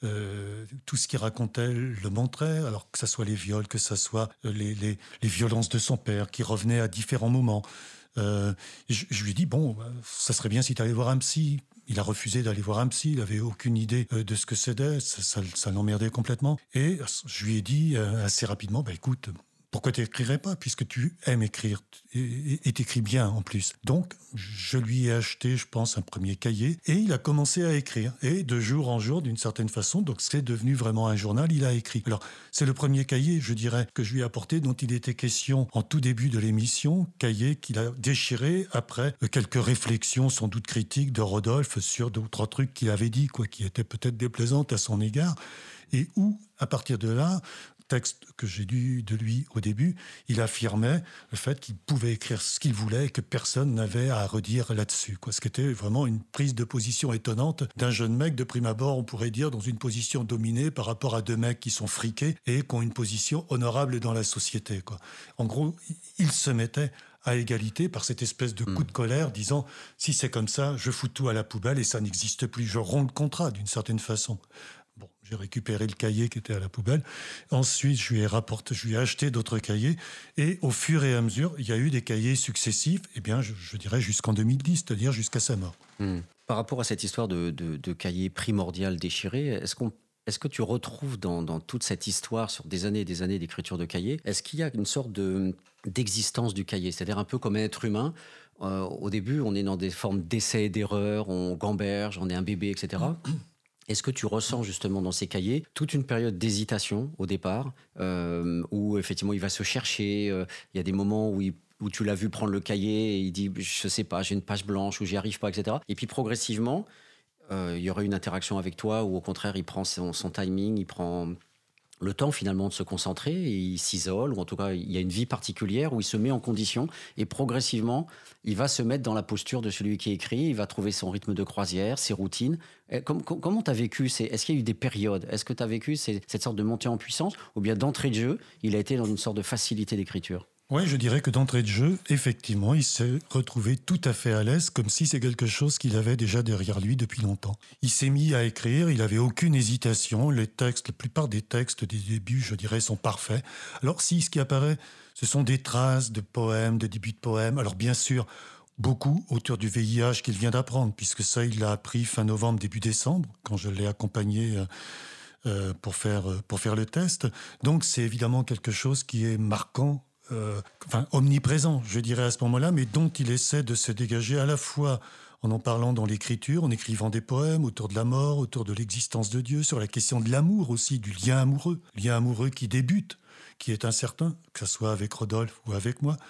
Tout ce qu'il racontait le montrait, alors que ce soit les viols, que ce soit les violences de son père, qui revenaient à différents moments. Je lui ai dit, bon, ça serait bien si tu allais voir un psy. Il a refusé d'aller voir un psy, il n'avait aucune idée de ce que c'était, ça l'emmerdait complètement. Et je lui ai dit assez rapidement, écoute, pourquoi tu n'écrirais pas, puisque tu aimes écrire et t'écris bien en plus. Donc, je lui ai acheté, je pense, un premier cahier et il a commencé à écrire. Et de jour en jour, d'une certaine façon, donc c'est devenu vraiment un journal, il a écrit. Alors, c'est le premier cahier, je dirais, que je lui ai apporté, dont il était question en tout début de l'émission, cahier qu'il a déchiré après quelques réflexions, sans doute critiques, de Rodolphe sur d'autres trucs qu'il avait dit, qui étaient peut-être déplaisantes à son égard, et où, à partir de là, texte que j'ai lu de lui au début, il affirmait le fait qu'il pouvait écrire ce qu'il voulait et que personne n'avait à redire là-dessus. Ce qui était vraiment une prise de position étonnante d'un jeune mec, de prime abord, on pourrait dire, dans une position dominée par rapport à deux mecs qui sont friqués et qui ont une position honorable dans la société. En gros, il se mettait à égalité par cette espèce de coup de colère, disant « si c'est comme ça, je fous tout à la poubelle et ça n'existe plus, je romps le contrat d'une certaine façon ». Bon, j'ai récupéré le cahier qui était à la poubelle. Ensuite, je lui ai acheté d'autres cahiers. Et au fur et à mesure, il y a eu des cahiers successifs, je dirais jusqu'en 2010, c'est-à-dire jusqu'à sa mort. Par rapport à cette histoire de cahier primordial déchiré, est-ce que tu retrouves dans toute cette histoire sur des années et des années d'écriture de cahier, est-ce qu'il y a une sorte d'existence du cahier ? C'est-à-dire un peu comme un être humain. Au début, on est dans des formes d'essais et d'erreurs, on gamberge, on est un bébé, etc. Est-ce que tu ressens justement dans ces cahiers toute une période d'hésitation au départ, où effectivement il va se chercher, il y a des moments où où tu l'as vu prendre le cahier et il dit je sais pas, j'ai une page blanche ou j'y arrive pas, etc. Et puis progressivement, il y aurait une interaction avec toi ou au contraire il prend son timing, il prend le temps finalement de se concentrer et il s'isole, ou en tout cas il y a une vie particulière où il se met en condition et progressivement il va se mettre dans la posture de celui qui écrit, il va trouver son rythme de croisière, ses routines. Comment tu as vécu est-ce qu'il y a eu des périodes? Est-ce que tu as vécu cette sorte de montée en puissance ou bien d'entrée de jeu, il a été dans une sorte de facilité d'écriture? Oui, je dirais que d'entrée de jeu, effectivement, il s'est retrouvé tout à fait à l'aise, comme si c'est quelque chose qu'il avait déjà derrière lui depuis longtemps. Il s'est mis à écrire, il n'avait aucune hésitation. La plupart des textes des débuts, je dirais, sont parfaits. Alors si ce qui apparaît, ce sont des traces de poèmes, de débuts de poèmes. Alors bien sûr, beaucoup autour du VIH qu'il vient d'apprendre, puisque ça, il l'a appris fin novembre, début décembre, quand je l'ai accompagné pour faire le test. Donc c'est évidemment quelque chose qui est marquant, omniprésent, je dirais à ce moment-là, mais dont il essaie de se dégager à la fois en parlant dans l'écriture, en écrivant des poèmes autour de la mort, autour de l'existence de Dieu, sur la question de l'amour aussi, du lien amoureux qui débute, qui est incertain, que ce soit avec Rodolphe ou avec moi.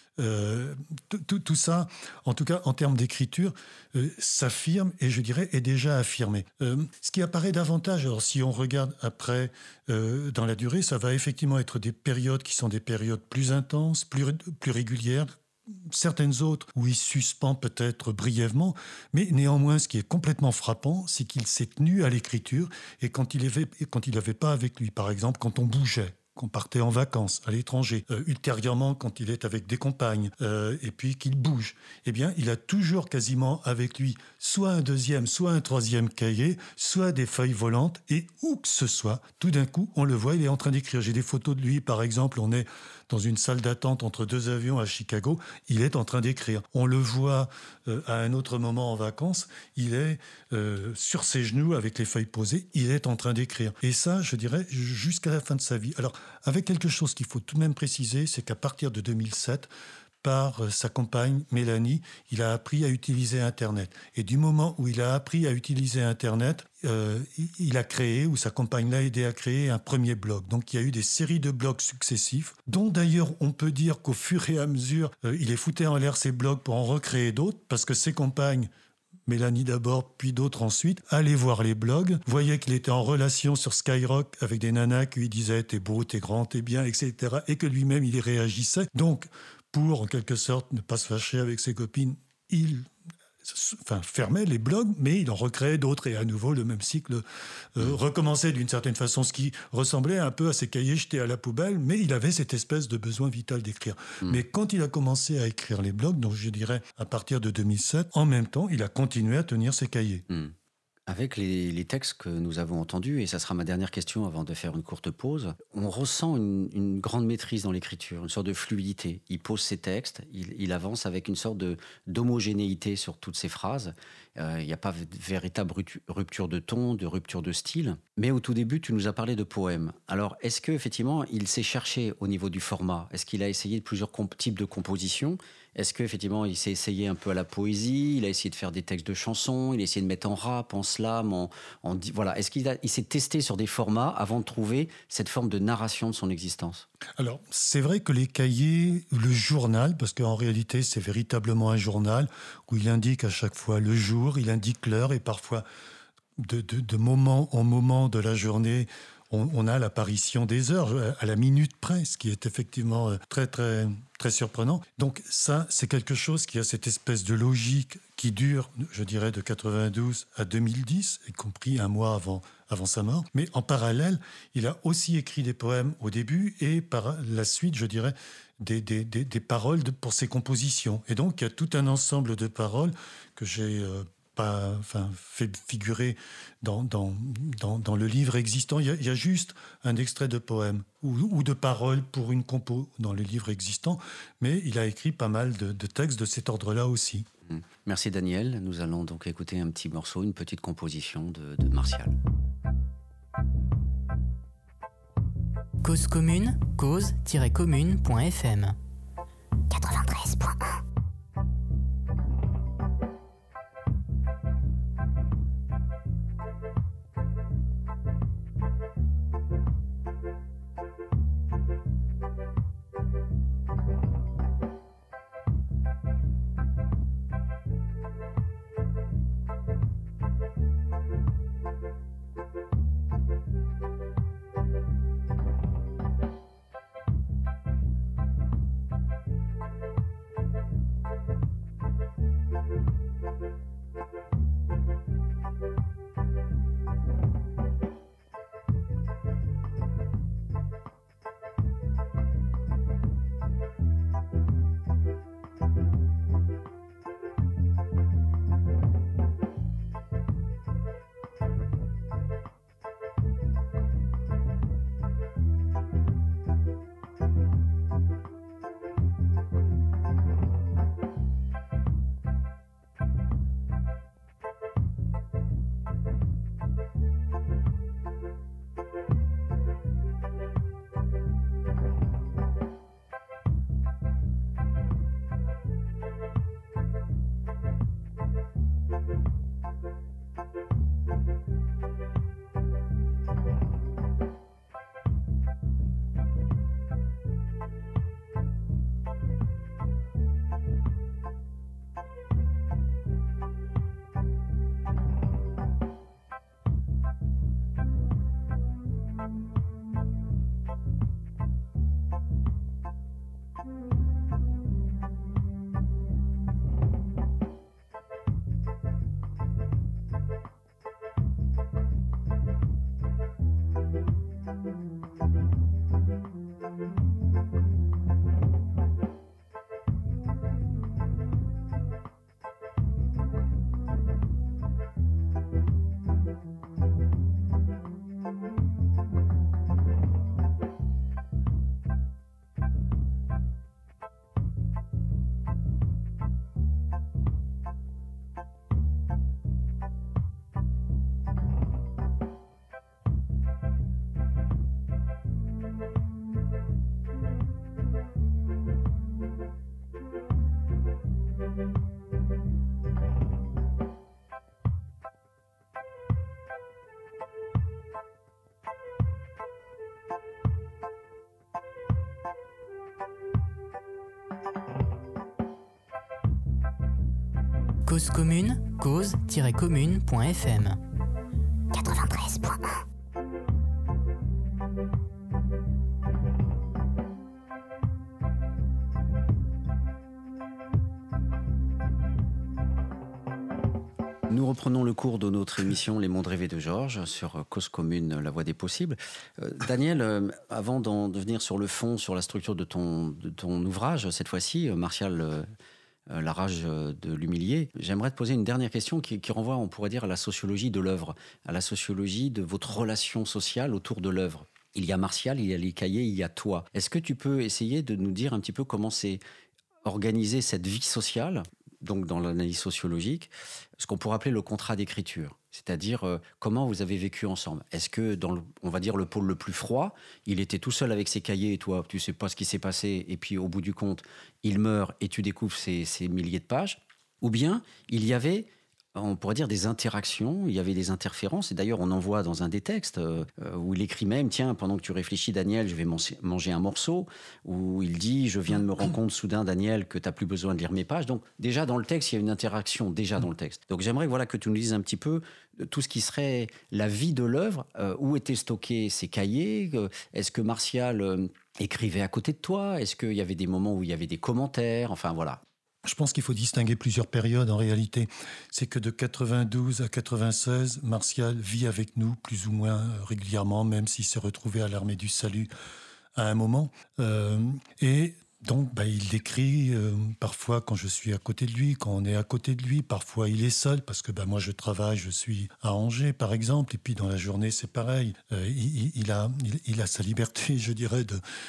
Tout ça, en tout cas en termes d'écriture, s'affirme et je dirais est déjà affirmé. Ce qui apparaît davantage, alors si on regarde après dans la durée, ça va effectivement être des périodes qui sont des périodes plus intenses, plus régulières, certaines autres où il suspend peut-être brièvement, mais néanmoins ce qui est complètement frappant, c'est qu'il s'est tenu à l'écriture et quand il n'avait pas avec lui, par exemple quand on bougeait, qu'on partait en vacances à l'étranger, ultérieurement quand il est avec des compagnes, et puis qu'il bouge, eh bien, il a toujours quasiment avec lui soit un deuxième, soit un troisième cahier, soit des feuilles volantes, et où que ce soit, tout d'un coup, on le voit, il est en train d'écrire. J'ai des photos de lui, par exemple, on est dans une salle d'attente entre 2 avions à Chicago, il est en train d'écrire. On le voit à un autre moment en vacances, il est sur ses genoux avec les feuilles posées, il est en train d'écrire. Et ça, je dirais, jusqu'à la fin de sa vie. Alors, avec quelque chose qu'il faut tout de même préciser, c'est qu'à partir de 2007, par sa compagne Mélanie, il a appris à utiliser Internet. Et du moment où il a appris à utiliser Internet, il a créé, ou sa compagne l'a aidé à créer, un premier blog. Donc il y a eu des séries de blogs successifs, dont d'ailleurs on peut dire qu'au fur et à mesure, il est fouté en l'air ses blogs pour en recréer d'autres, parce que ses compagnes, Mélanie d'abord, puis d'autres ensuite, allaient voir les blogs, voyaient qu'il était en relation sur Skyrock avec des nanas qui lui disaient « t'es beau, t'es grand, t'es bien », etc. et que lui-même, il y réagissait. Donc, pour, en quelque sorte, ne pas se fâcher avec ses copines, il fermait les blogs, mais il en recréait d'autres. Et à nouveau, le même cycle recommençait d'une certaine façon, ce qui ressemblait un peu à ses cahiers jetés à la poubelle, mais il avait cette espèce de besoin vital d'écrire. Mais quand il a commencé à écrire les blogs, donc je dirais à partir de 2007, en même temps, il a continué à tenir ses cahiers. Avec les textes que nous avons entendus, et ça sera ma dernière question avant de faire une courte pause, on ressent une grande maîtrise dans l'écriture, une sorte de fluidité. Il pose ses textes, il avance avec une sorte d'homogénéité sur toutes ses phrases. Il n'y a pas de véritable rupture de ton, de rupture de style. Mais au tout début, tu nous as parlé de poèmes. Alors, est-ce qu'effectivement, il s'est cherché au niveau du format? Est-ce qu'il a essayé plusieurs types de compositions? Est-ce qu'effectivement, il s'est essayé un peu à la poésie? Il a essayé de faire des textes de chansons? Il a essayé de mettre en rap, en slam, voilà. Est-ce qu'il s'est testé sur des formats avant de trouver cette forme de narration de son existence? Alors, c'est vrai que les cahiers, le journal, parce qu'en réalité, c'est véritablement un journal où il indique à chaque fois le jour, il indique l'heure, et parfois, de moment en moment de la journée, on a l'apparition des heures à la minute près, ce qui est effectivement très, très, très surprenant. Donc ça, c'est quelque chose qui a cette espèce de logique qui dure, je dirais, de 92 à 2010, y compris un mois avant sa mort. Mais en parallèle, il a aussi écrit des poèmes au début et par la suite, je dirais, des paroles pour ses compositions. Et donc, il y a tout un ensemble de paroles que j'ai fait figurer dans le livre existant. Il y a juste un extrait de poème ou de paroles pour une compo dans le livre existant, mais il a écrit pas mal de textes de cet ordre-là aussi. Merci Daniel. Nous allons donc écouter un petit morceau, une petite composition de Martial. Cause commune, cause-commune.fm 93.1. Cause commune, cause-commune.fm 93.1. Nous reprenons le cours de notre émission Les Mondes Rêvés de Georges sur Cause Commune, la voie des possibles. Daniel, avant de venir sur le fond, sur la structure de ton ouvrage, cette fois-ci, Martial, la rage de l'humilié, j'aimerais te poser une dernière question qui renvoie, on pourrait dire, à la sociologie de l'œuvre, à la sociologie de votre relation sociale autour de l'œuvre. Il y a Martial, il y a les cahiers, il y a toi. Est-ce que tu peux essayer de nous dire un petit peu comment c'est organisé cette vie sociale, donc dans l'analyse sociologique, ce qu'on pourrait appeler le contrat d'écriture, c'est-à-dire comment vous avez vécu ensemble. Est-ce que dans on va dire le pôle le plus froid, il était tout seul avec ses cahiers et toi tu sais pas ce qui s'est passé et puis au bout du compte il meurt et tu découvres ces milliers de pages, ou bien il y avait, on pourrait dire, des interactions, il y avait des interférences, et d'ailleurs on en voit dans un des textes où il écrit même, tiens, pendant que tu réfléchis Daniel, je vais manger un morceau, où il dit, je viens de me rendre compte soudain Daniel que tu n'as plus besoin de lire mes pages. Donc déjà dans le texte, il y a une interaction déjà dans le texte. Donc j'aimerais que tu nous dises un petit peu tout ce qui serait la vie de l'œuvre, où étaient stockés ces cahiers, est-ce que Martial écrivait à côté de toi, est-ce qu'il y avait des moments où il y avait des commentaires, enfin voilà. Je pense qu'il faut distinguer plusieurs périodes en réalité. C'est que de 92 à 96, Martial vit avec nous plus ou moins régulièrement, même s'il s'est retrouvé à l'Armée du Salut à un moment. Et donc, il écrit parfois quand je suis à côté de lui, quand on est à côté de lui. Parfois, il est seul parce que moi, je travaille, je suis à Angers, par exemple. Et puis, dans la journée, c'est pareil. Il a sa liberté, je dirais,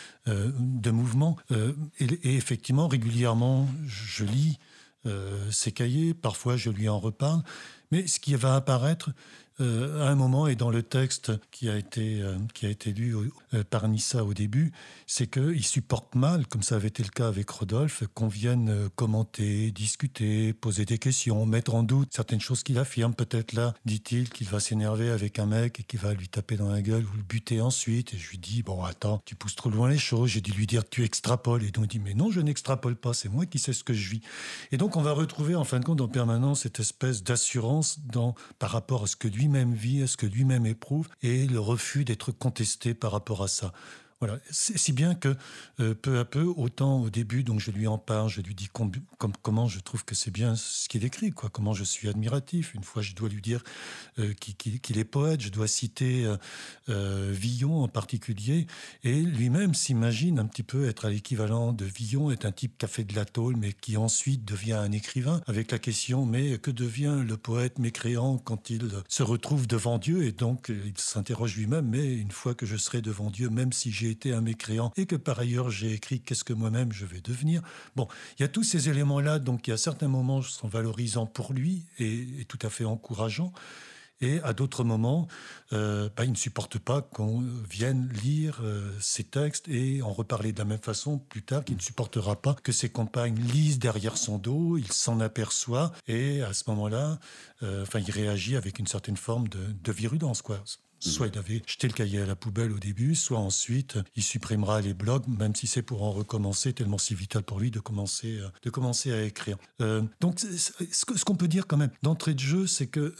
de mouvement. Et effectivement, régulièrement, je lis ses cahiers. Parfois, je lui en reparle. Mais ce qui va apparaître à un moment, et dans le texte qui a été lu par Nissa au début, c'est qu'il supporte mal, comme ça avait été le cas avec Rodolphe, qu'on vienne commenter, discuter, poser des questions, mettre en doute certaines choses qu'il affirme. Peut-être là, dit-il, qu'il va s'énerver avec un mec et qu'il va lui taper dans la gueule ou le buter ensuite. Et je lui dis, bon, attends, tu pousses trop loin les choses. J'ai dû lui dire, tu extrapoles. Et donc il dit, mais non, je n'extrapole pas, c'est moi qui sais ce que je vis. Et donc on va retrouver en fin de compte en permanence cette espèce d'assurance par rapport à ce que lui-même vit, à ce que lui-même éprouve, et le refus d'être contesté par rapport à ça. Voilà. Si bien que peu à peu, autant au début, donc je lui en parle, je lui dis comment je trouve que c'est bien ce qu'il écrit, quoi, comment je suis admiratif. Une fois, je dois lui dire qu'il est poète, je dois citer Villon en particulier, et lui-même s'imagine un petit peu être à l'équivalent de Villon, est un type qui a fait de la tôle, mais qui ensuite devient un écrivain, avec la question, mais que devient le poète mécréant quand il se retrouve devant Dieu? Et donc, il s'interroge lui-même, mais une fois que je serai devant Dieu, même si j'ai été un mécréant et que par ailleurs j'ai écrit qu'est-ce que moi-même je vais devenir. Bon, il y a tous ces éléments-là, donc il y a certains moments qui sont valorisants pour lui et tout à fait encourageants. Et à d'autres moments, il ne supporte pas qu'on vienne lire ses textes et en reparler de la même façon plus tard, qu'il ne supportera pas que ses compagnes lisent derrière son dos, il s'en aperçoit et à ce moment-là, il réagit avec une certaine forme de virulence, quoi. Soit il avait jeté le cahier à la poubelle au début, soit ensuite il supprimera les blogs, même si c'est pour en recommencer, tellement c'est vital pour lui de commencer à écrire. Donc ce qu'on peut dire quand même d'entrée de jeu, c'est que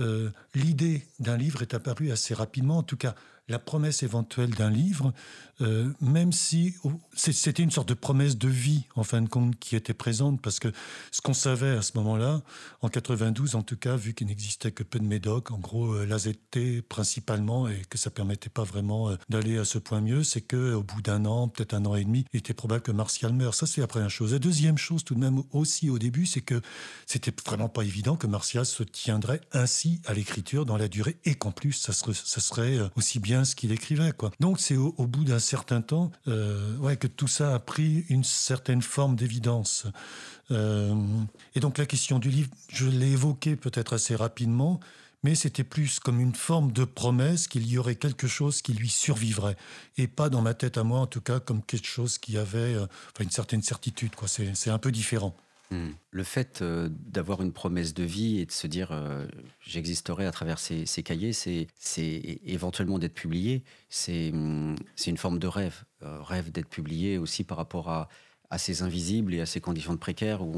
l'idée d'un livre est apparue assez rapidement, en tout cas la promesse éventuelle d'un livre, même si c'était une sorte de promesse de vie, en fin de compte, qui était présente, parce que ce qu'on savait à ce moment-là, en 92 en tout cas, vu qu'il n'existait que peu de médocs, en gros l'AZT principalement, et que ça ne permettait pas vraiment d'aller à ce point mieux, c'est qu'au bout d'un an, peut-être un an et demi, il était probable que Martial meure. Ça, c'est la première chose. La deuxième chose, tout de même, aussi au début, c'est que c'était vraiment pas évident que Martial se tiendrait ainsi à l'écriture dans la durée, et qu'en plus, ça serait aussi bien ce qu'il écrivait, quoi. Donc c'est au bout d'un certain temps que tout ça a pris une certaine forme d'évidence. Et donc la question du livre, je l'ai évoquée peut-être assez rapidement, mais c'était plus comme une forme de promesse qu'il y aurait quelque chose qui lui survivrait, et pas dans ma tête à moi en tout cas comme quelque chose qui avait une certaine certitude, quoi. C'est un peu différent. Le fait d'avoir une promesse de vie et de se dire j'existerai à travers ces cahiers, c'est éventuellement d'être publié, c'est une forme de rêve d'être publié aussi par rapport à ces invisibles et à ces conditions de précaires où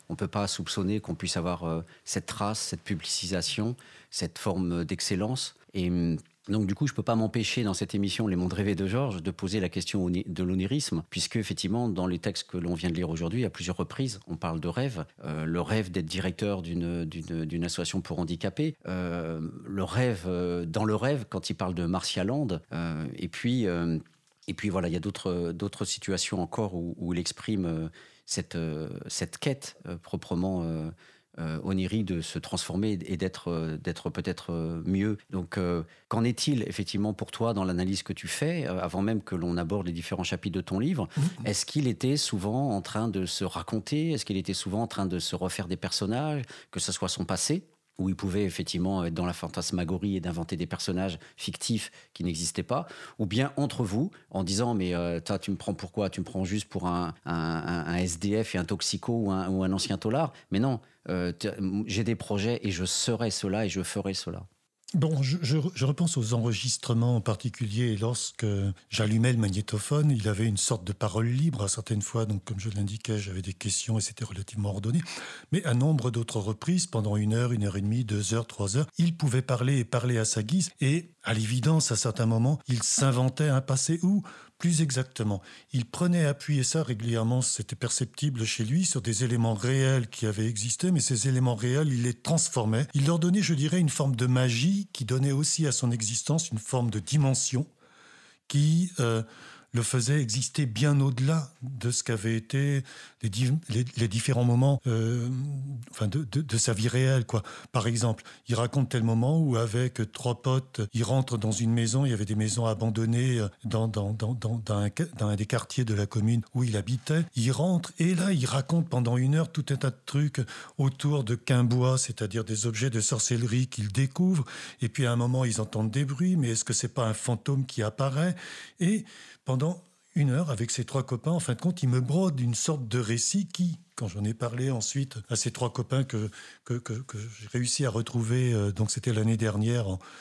on ne peut pas soupçonner qu'on puisse avoir cette trace, cette publicisation, cette forme d'excellence. Et donc, du coup, je ne peux pas m'empêcher dans cette émission Les Mondes Rêvés de Georges de poser la question de l'onirisme, puisque, effectivement, dans les textes que l'on vient de lire aujourd'hui, à plusieurs reprises, on parle de rêve. Le rêve d'être directeur d'une association pour handicapés, le rêve, dans le rêve, quand il parle de Martial Land, et puis voilà, il y a d'autres situations encore où il exprime cette quête proprement onirique de se transformer et d'être peut-être mieux. Donc, qu'en est-il effectivement pour toi dans l'analyse que tu fais, avant même que l'on aborde les différents chapitres de ton livre? Est-ce qu'il était souvent en train de se raconter? Est-ce qu'il était souvent en train de se refaire des personnages, que ce soit son passé, où il pouvait effectivement être dans la fantasmagorie et d'inventer des personnages fictifs qui n'existaient pas, ou bien entre vous, en disant « mais toi, tu me prends pour quoi? Tu me prends juste pour un SDF et un toxico ou un ancien taular? Mais non, j'ai des projets et je serai cela et je ferai cela. » Bon, je repense aux enregistrements en particulier. Lorsque j'allumais le magnétophone, il avait une sorte de parole libre à certaines fois. Donc, comme je l'indiquais, j'avais des questions et c'était relativement ordonné. Mais à nombre d'autres reprises, pendant 1 heure, 1 heure et demie, 2 heures, 3 heures, il pouvait parler et parler à sa guise. Et à l'évidence, à certains moments, il s'inventait un passé ou, plus exactement, il prenait appui, et ça régulièrement c'était perceptible chez lui, sur des éléments réels qui avaient existé, mais ces éléments réels, il les transformait. Il leur donnait, je dirais, une forme de magie qui donnait aussi à son existence une forme de dimension qui le faisait exister bien au-delà de ce qu'avaient été les différents moments de sa vie réelle, quoi. Par exemple, il raconte tel moment où, avec 3 potes, il rentre dans une maison, il y avait des maisons abandonnées dans un des quartiers de la commune où il habitait. Il rentre et là, il raconte pendant 1 heure tout un tas de trucs autour de Quimbois, c'est-à-dire des objets de sorcellerie qu'il découvre. Et puis à un moment, ils entendent des bruits, mais est-ce que c'est pas un fantôme qui apparaît? Et pendant 1 heure, avec ses 3 copains, en fin de compte, il me brode une sorte de récit qui, quand j'en ai parlé ensuite à ces 3 copains que j'ai réussi à retrouver, donc c'était l'année dernière,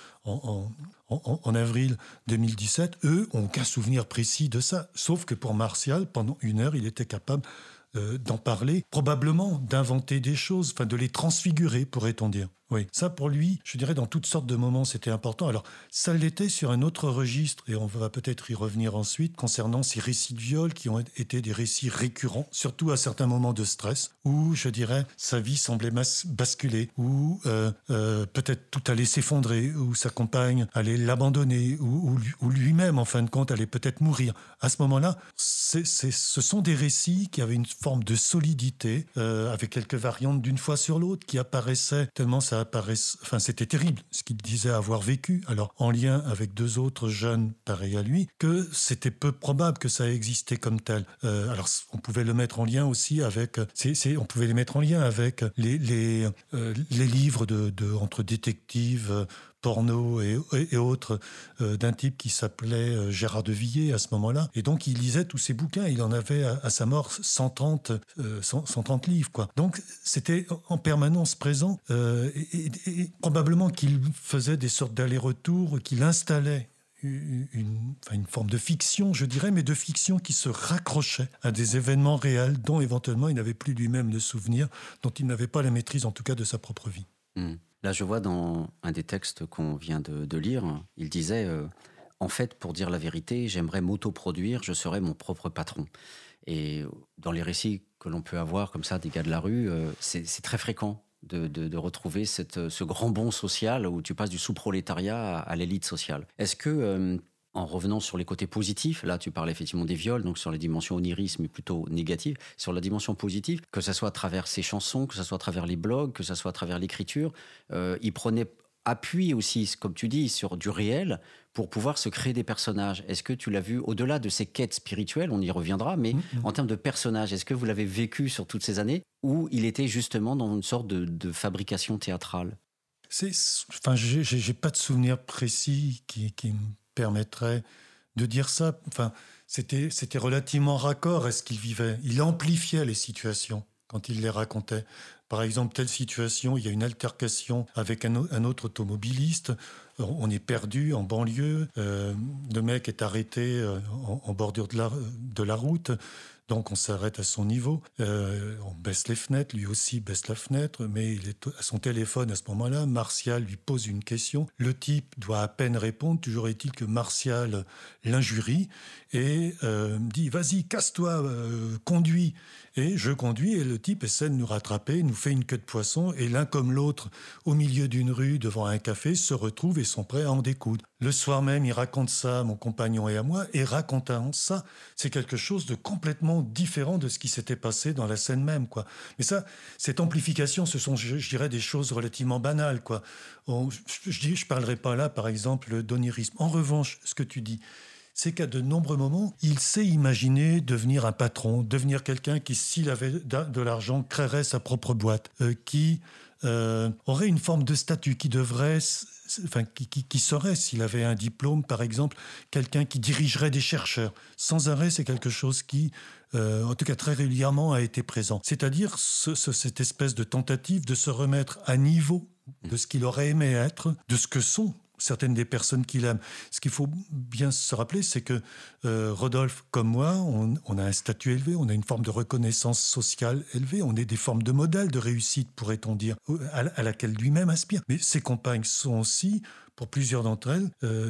en avril 2017, eux n'ont aucun souvenir précis de ça. Sauf que pour Martial, pendant 1 heure, il était capable d'en parler, probablement d'inventer des choses, enfin de les transfigurer, pourrait-on dire. Oui, ça pour lui, je dirais dans toutes sortes de moments, c'était important. Alors, ça l'était sur un autre registre, et on va peut-être y revenir ensuite, concernant ces récits de viol qui ont été des récits récurrents, surtout à certains moments de stress, où, je dirais, sa vie semblait basculer, où peut-être tout allait s'effondrer, où sa compagne allait l'abandonner, ou lui-même, en fin de compte, allait peut-être mourir. À ce moment-là, ce sont des récits qui avaient une forme de solidité, avec quelques variantes d'une fois sur l'autre, qui apparaissaient tellement ça apparaissait. Enfin, c'était terrible ce qu'il disait avoir vécu, alors en lien avec 2 autres jeunes pareils à lui, que c'était peu probable que ça ait existé comme tel. Alors, on pouvait le mettre en lien aussi avec. On pouvait les mettre en lien avec les livres entre détectives. Porno et autres, d'un type qui s'appelait Gérard de Villiers à ce moment-là. Et donc, il lisait tous ces bouquins. Il en avait à sa mort 130 livres, quoi. Donc, c'était en permanence présent. Et probablement qu'il faisait des sortes d'allers-retours, qu'il installait une forme de fiction, je dirais, mais de fiction qui se raccrochait à des événements réels dont éventuellement il n'avait plus lui-même le souvenir, dont il n'avait pas la maîtrise, en tout cas, de sa propre vie. Là, je vois dans un des textes qu'on vient de lire, il disait en fait, pour dire la vérité, j'aimerais m'autoproduire, je serais mon propre patron. Et dans les récits que l'on peut avoir comme ça des gars de la rue, c'est très fréquent de retrouver ce grand bond social où tu passes du sous-prolétariat à l'élite sociale. Est-ce que en revenant sur les côtés positifs, là tu parlais effectivement des viols, donc sur les dimensions onirisme mais plutôt négatives, sur la dimension positive, que ce soit à travers ses chansons, que ce soit à travers les blogs, que ce soit à travers l'écriture, il prenait appui aussi, comme tu dis, sur du réel pour pouvoir se créer des personnages. Est-ce que tu l'as vu au-delà de ces quêtes spirituelles, on y reviendra, mais en termes de personnages, est-ce que vous l'avez vécu sur toutes ces années où il était justement dans une sorte de fabrication théâtrale? J'ai pas de souvenir précis qui me permettrait de dire ça. Enfin, c'était relativement raccord à ce qu'il vivait. Il amplifiait les situations quand il les racontait. Par exemple, telle situation, il y a une altercation avec un autre automobiliste. On est perdu en banlieue. Le mec est arrêté en bordure de la route. Donc on s'arrête à son niveau, on baisse les fenêtres, lui aussi baisse la fenêtre, mais il est à son téléphone à ce moment-là. Martial lui pose une question, le type doit à peine répondre, toujours est-il que Martial l'injurie et dit « Vas-y, casse-toi, conduis ». Et je conduis et le type essaie de nous rattraper, nous fait une queue de poisson et l'un comme l'autre, au milieu d'une rue, devant un café, se retrouvent et sont prêts à en découdre. Le soir même, il raconte ça à mon compagnon et à moi, et racontant ça, c'est quelque chose de complètement différent de ce qui s'était passé dans la scène même, quoi. Mais ça, cette amplification, ce sont, je dirais, des choses relativement banales, quoi. Je parlerai pas là, par exemple, d'onirisme. En revanche, ce que tu dis, c'est qu'à de nombreux moments, il s'est imaginé devenir un patron, devenir quelqu'un qui, s'il avait de l'argent, créerait sa propre boîte, qui aurait une forme de statut, qui devrait, qui serait, s'il avait un diplôme, par exemple, quelqu'un qui dirigerait des chercheurs. Sans arrêt, c'est quelque chose qui, en tout cas très régulièrement, a été présent. C'est-à-dire cette espèce de tentative de se remettre à niveau de ce qu'il aurait aimé être, de ce que sont certaines des personnes qu'il aime. Ce qu'il faut bien se rappeler, c'est que Rodolphe, comme moi, on a un statut élevé, on a une forme de reconnaissance sociale élevée, on est des formes de modèles de réussite, pourrait-on dire, à laquelle lui-même aspire. Mais ses compagnes sont aussi, pour plusieurs d'entre elles,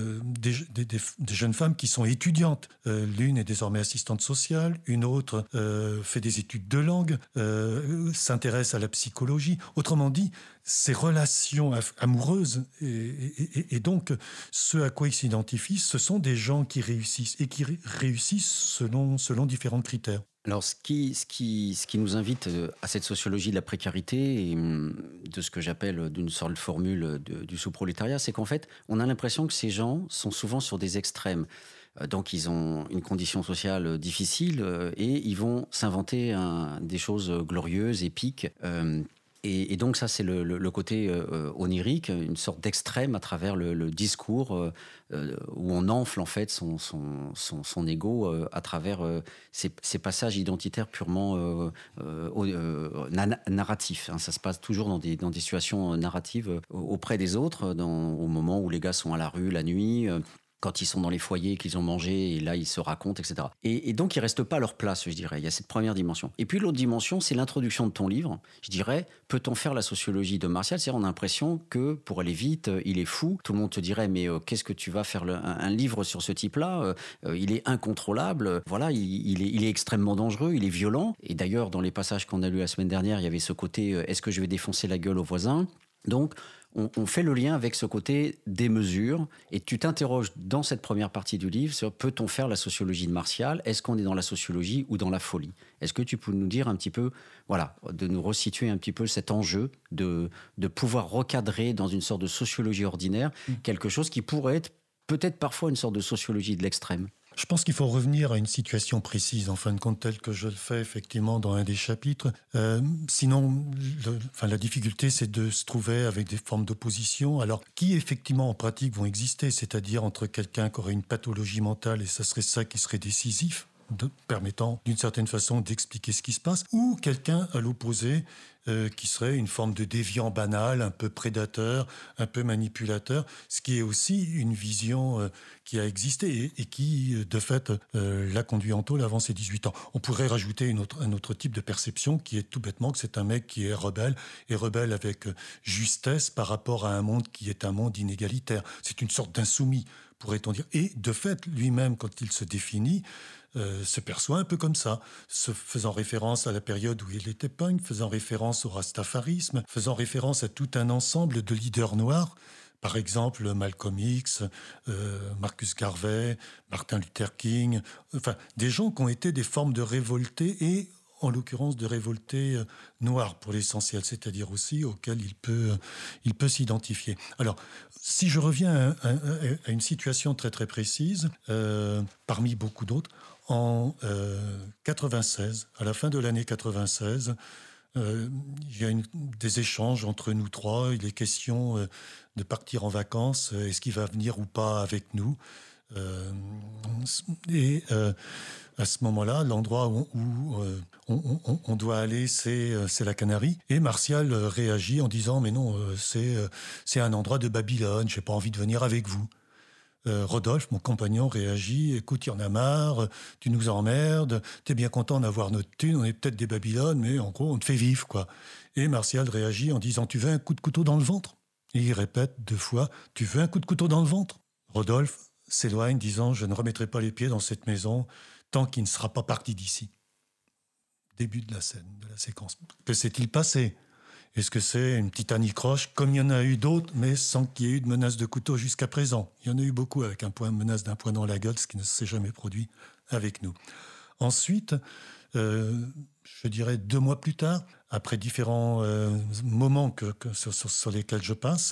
des jeunes femmes qui sont étudiantes. L'une est désormais assistante sociale, une autre fait des études de langue, s'intéresse à la psychologie. Autrement dit, ces relations amoureuses et donc ce à quoi ils s'identifient, ce sont des gens qui réussissent et qui réussissent selon différents critères. Alors, ce qui nous invite à cette sociologie de la précarité et de ce que j'appelle d'une sorte de formule du sous-prolétariat, c'est qu'en fait, on a l'impression que ces gens sont souvent sur des extrêmes. Donc, ils ont une condition sociale difficile et ils vont s'inventer des choses glorieuses, épiques. Et donc ça, c'est le côté onirique, une sorte d'extrême à travers le discours où on enfle en fait son ego à travers ces passages identitaires purement narratifs. Hein. Ça se passe toujours dans des situations narratives auprès des autres, au moment où les gars sont à la rue la nuit. Quand ils sont dans les foyers, qu'ils ont mangé, et là, ils se racontent, etc. Et donc, ils ne restent pas à leur place, je dirais. Il y a cette première dimension. Et puis, l'autre dimension, c'est l'introduction de ton livre. Je dirais, peut-on faire la sociologie de Martial ? C'est-à-dire, on a l'impression que, pour aller vite, il est fou. Tout le monde te dirait, mais qu'est-ce que tu vas faire un livre sur ce type-là ? Il est incontrôlable. Voilà, il est extrêmement dangereux, il est violent. Et d'ailleurs, dans les passages qu'on a lus la semaine dernière, il y avait ce côté, est-ce que je vais défoncer la gueule aux voisins ? Donc, on fait le lien avec ce côté des mesures et tu t'interroges dans cette première partie du livre sur peut-on faire la sociologie de Martial ? Est-ce qu'on est dans la sociologie ou dans la folie ? Est-ce que tu peux nous dire un petit peu, voilà, de nous resituer un petit peu cet enjeu de pouvoir recadrer dans une sorte de sociologie ordinaire quelque chose qui pourrait être peut-être parfois une sorte de sociologie de l'extrême ? Je pense qu'il faut revenir à une situation précise, en fin de compte, telle que je le fais effectivement dans un des chapitres. Sinon, la difficulté, c'est de se trouver avec des formes d'opposition, alors qui effectivement en pratique vont exister, c'est-à-dire entre quelqu'un qui aurait une pathologie mentale, et ça serait ça qui serait décisif, permettant d'une certaine façon d'expliquer ce qui se passe, ou quelqu'un à l'opposé qui serait une forme de déviant banal, un peu prédateur, un peu manipulateur, ce qui est aussi une vision qui a existé et qui, de fait, l'a conduit en tôle avant ses 18 ans. On pourrait rajouter un autre type de perception qui est tout bêtement que c'est un mec qui est rebelle, et rebelle avec justesse par rapport à un monde qui est un monde inégalitaire. C'est une sorte d'insoumis, pourrait-on dire. Et de fait, lui-même, quand il se définit, se perçoit un peu comme ça, faisant référence à la période où il était punk, faisant référence au rastafarisme, faisant référence à tout un ensemble de leaders noirs, par exemple Malcolm X, Marcus Garvey, Martin Luther King, enfin des gens qui ont été des formes de révoltés et en l'occurrence de révoltés noirs pour l'essentiel, c'est-à-dire aussi auxquels il peut s'identifier. Alors, si je reviens à une situation très très précise, parmi beaucoup d'autres, en 96, à la fin de l'année 96, il y a des échanges entre nous trois. Il est question de partir en vacances. Est-ce qu'il va venir ou pas avec nous ? Et à ce moment-là, l'endroit où on doit aller, c'est la Canarie. Et Martial réagit en disant « Mais non, c'est un endroit de Babylone, j'ai pas envie de venir avec vous. » Rodolphe, mon compagnon, réagit « Écoute, il y en a marre, tu nous emmerdes, t'es bien content d'avoir notre thune, on est peut-être des Babylones, mais en gros, on te fait vivre, quoi. » Et Martial réagit en disant « Tu veux un coup de couteau dans le ventre ?» Et il répète 2 fois « Tu veux un coup de couteau dans le ventre ?» Rodolphe s'éloigne, disant « Je ne remettrai pas les pieds dans cette maison tant qu'il ne sera pas parti d'ici. » Début de la scène, de la séquence. Que s'est-il passé ? Est-ce que c'est une petite anicroche, comme il y en a eu d'autres, mais sans qu'il y ait eu de menace de couteau jusqu'à présent ? Il y en a eu beaucoup avec menace d'un poing dans la gueule, ce qui ne s'est jamais produit avec nous. Ensuite, je dirais 2 mois plus tard, après différents moments sur lesquels je passe,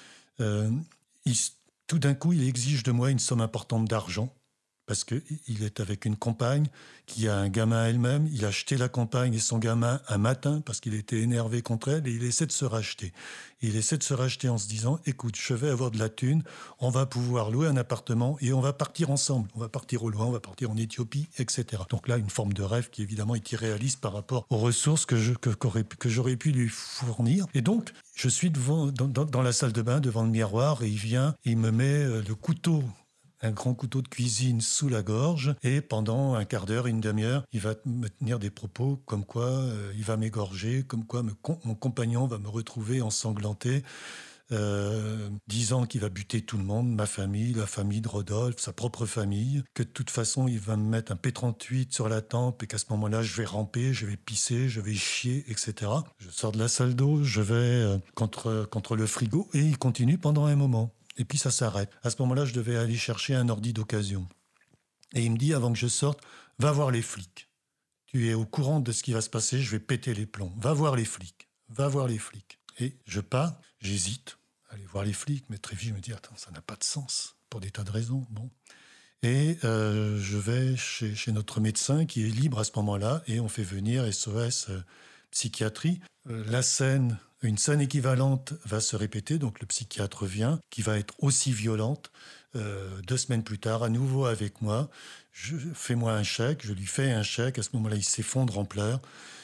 tout d'un coup, il exige de moi une somme importante d'argent, parce qu'il est avec une compagne qui a un gamin elle-même. Il a acheté la compagne et son gamin un matin parce qu'il était énervé contre elle et il essaie de se racheter. Et il essaie de se racheter en se disant « Écoute, je vais avoir de la thune, on va pouvoir louer un appartement et on va partir ensemble. On va partir au loin, on va partir en Éthiopie, etc. » Donc là, une forme de rêve qui évidemment est irréaliste par rapport aux ressources que j'aurais pu lui fournir. Et donc, je suis dans la salle de bain, devant le miroir, et il vient, il me met le couteau, un grand couteau de cuisine sous la gorge, et pendant un quart d'heure, une demi-heure, il va me tenir des propos comme quoi il va m'égorger, comme quoi mon compagnon va me retrouver ensanglanté, disant qu'il va buter tout le monde, ma famille, la famille de Rodolphe, sa propre famille, que de toute façon, il va me mettre un P38 sur la tempe et qu'à ce moment-là, je vais ramper, je vais pisser, je vais chier, etc. Je sors de la salle d'eau, je vais contre le frigo, et il continue pendant un moment. Et puis ça s'arrête. À ce moment-là, je devais aller chercher un ordi d'occasion. Et il me dit, avant que je sorte, va voir les flics. Tu es au courant de ce qui va se passer, je vais péter les plombs. Va voir les flics. Va voir les flics. Et je pars, j'hésite à aller voir les flics, mais très vite, je me dis, attends, ça n'a pas de sens, pour des tas de raisons. Bon. Et je vais chez notre médecin qui est libre à ce moment-là, et on fait venir SOS Psychiatrie. Une scène équivalente va se répéter, donc le psychiatre vient, qui va être aussi violente. 2 semaines plus tard, à nouveau avec moi, fais-moi un chèque, je lui fais un chèque, à ce moment-là il s'effondre en pleurs,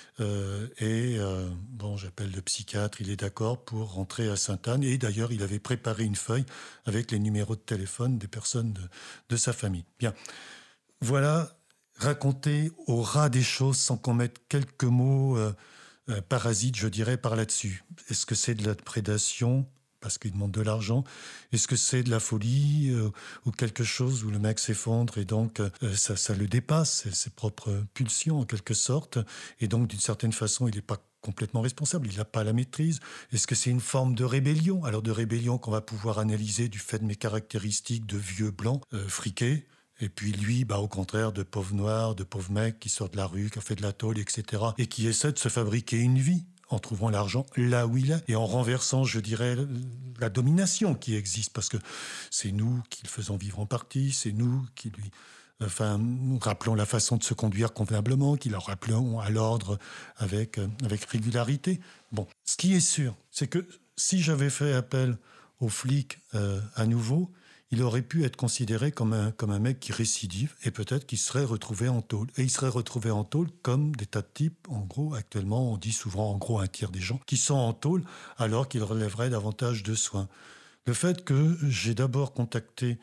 j'appelle le psychiatre, il est d'accord pour rentrer à Sainte-Anne, et d'ailleurs il avait préparé une feuille avec les numéros de téléphone des personnes de sa famille. Bien, voilà, raconter au ras des choses sans qu'on mette quelques mots parasite, je dirais, par là-dessus. Est-ce que c'est de la prédation parce qu'il demande de l'argent? Est-ce que c'est de la folie ou quelque chose où le mec s'effondre et donc ça le dépasse, ses propres pulsions en quelque sorte, et donc d'une certaine façon il n'est pas complètement responsable, il n'a pas la maîtrise? Est-ce que c'est une forme de rébellion? Alors de rébellion qu'on va pouvoir analyser du fait de mes caractéristiques de vieux blanc friqué. Et puis lui, au contraire, de pauvre noir, de pauvre mec qui sort de la rue, qui a fait de la tôle, etc. Et qui essaie de se fabriquer une vie en trouvant l'argent là où il est et en renversant, je dirais, la domination qui existe. Parce que c'est nous qui le faisons vivre en partie, c'est nous qui lui... nous rappelons la façon de se conduire convenablement, qui la rappelons à l'ordre avec régularité. Bon, ce qui est sûr, c'est que si j'avais fait appel aux flics à nouveau, il aurait pu être considéré comme un mec qui récidive et peut-être qu'il serait retrouvé en tôle. Et il serait retrouvé en tôle comme des tas de types, en gros, actuellement, on dit souvent en gros un tiers des gens, qui sont en tôle alors qu'ils relèveraient davantage de soins. Le fait que j'ai d'abord contacté